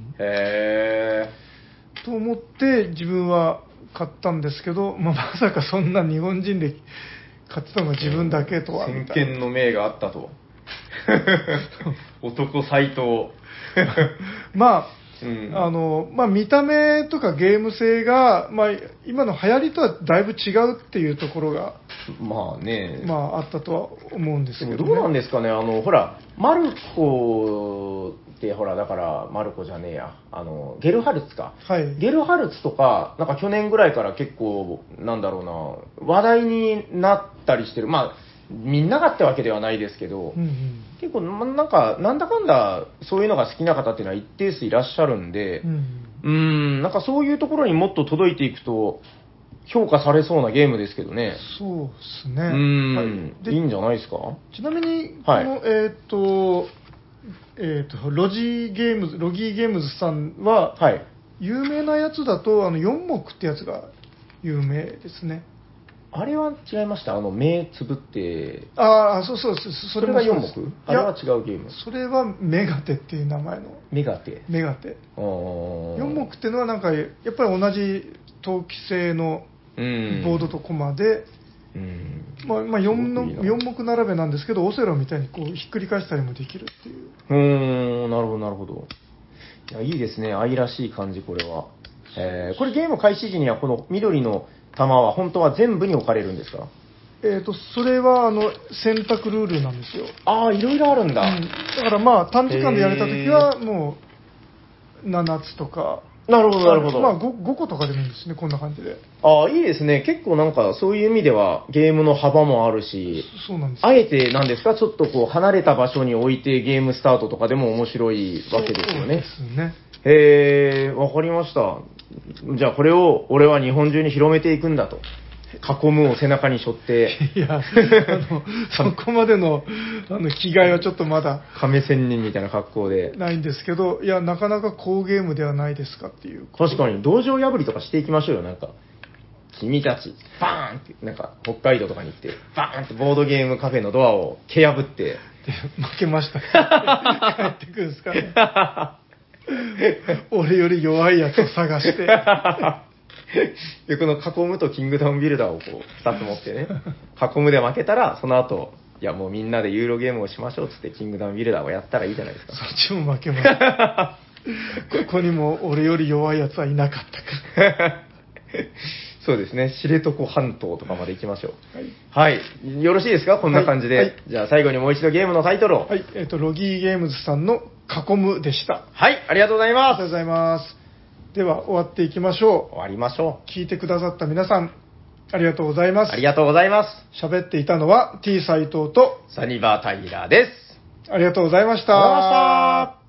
と思って自分は買ったんですけど、まさかそんな日本人で買ってたのが自分だけとはみたいな。 先見の明があったと。男斎藤。 見た目とかゲーム性が、今の流行りとはだいぶ違うっていうところが、あったとは思うんですけど、ね、 どうなんですかね、ほら、マルコって、ほら、だから、マルコじゃねえや、ゲルハルツか。ゲルハルツとか、なんか去年ぐらいから結構、なんだろうな、話題になったりしてる。みんながってわけではないですけど、結構なんだかんだそういうのが好きな方っていうのは一定数いらっしゃるんで、なんかそういうところにもっと届いていくと評価されそうなゲームですけどね。 そうですね。 いいんじゃないですか。 ちなみにこの、ロギーゲームズさんは、有名なやつだと4目ってやつが有名ですね。 あれは違いました。目つぶって。 そう、 それが4目？あれは違うゲーム。 それはメガテっていう名前の。 メガテ。 4目っていうのはなんか、やっぱり同じ陶器製のボードとコマで、4目並べなんですけど、オセロみたいにこうひっくり返したりもできるっていう。 なるほど、なるほど。いいですね。愛らしい感じ、これは。これゲーム開始時にはこの緑の玉は本当は全部に置かれるんですか？ それは選択ルールなんですよ。 いろいろあるんだ。 だから短時間でやれたときはもう7つとかなるほど、なるほど。 まあ 5個とかでもいいんですね、こんな感じで。 ああ、いいですね。結構なんかそういう意味ではゲームの幅もあるし、 そうなんです。 あえてなんですか、ちょっとこう離れた場所に置いてゲームスタートとかでも面白いわけですよね。 そうですね。 へえ、わかりました。じゃあこれを俺は日本中に広めていくんだと。囲むを背中に背負って。 いや、そこまでの気概はちょっとまだ亀仙人みたいな格好で。 ないんですけど、いや、なかなか好ゲームではないですかっていう。 確かに、道場破りとかしていきましょうよ、なんか。君たち、バーンって、なんか、北海道とかに行って、バーンってボードゲームカフェのドアを蹴破って。で、 負けました帰ってくるんですかね。俺より弱いやつを探して。 で、この囲むとキングダムビルダーをこう、2つ持ってね、囲むで負けたら、その後、いやもうみんなでユーロゲームをしましょうっつって、キングダムビルダーをやったらいいじゃないですか。 そっちも負けました。ここにも俺より弱いやつはいなかったか。 そうですね、知床半島とかまで行きましょう。はい。はい、よろしいですかこんな感じで。はいはい、じゃあ最後にもう一度ゲームのタイトルを。 はい。ロギーゲームズさんの囲むでした。 はい、ありがとうございます。 ありがとうございます。では終わっていきましょう。 終わりましょう。聞いてくださった皆さん、ありがとうございます。 ありがとうございます。 喋っていたのは T 斎藤とサニバータイラーです。 ありがとうございました。 ありがとうございました。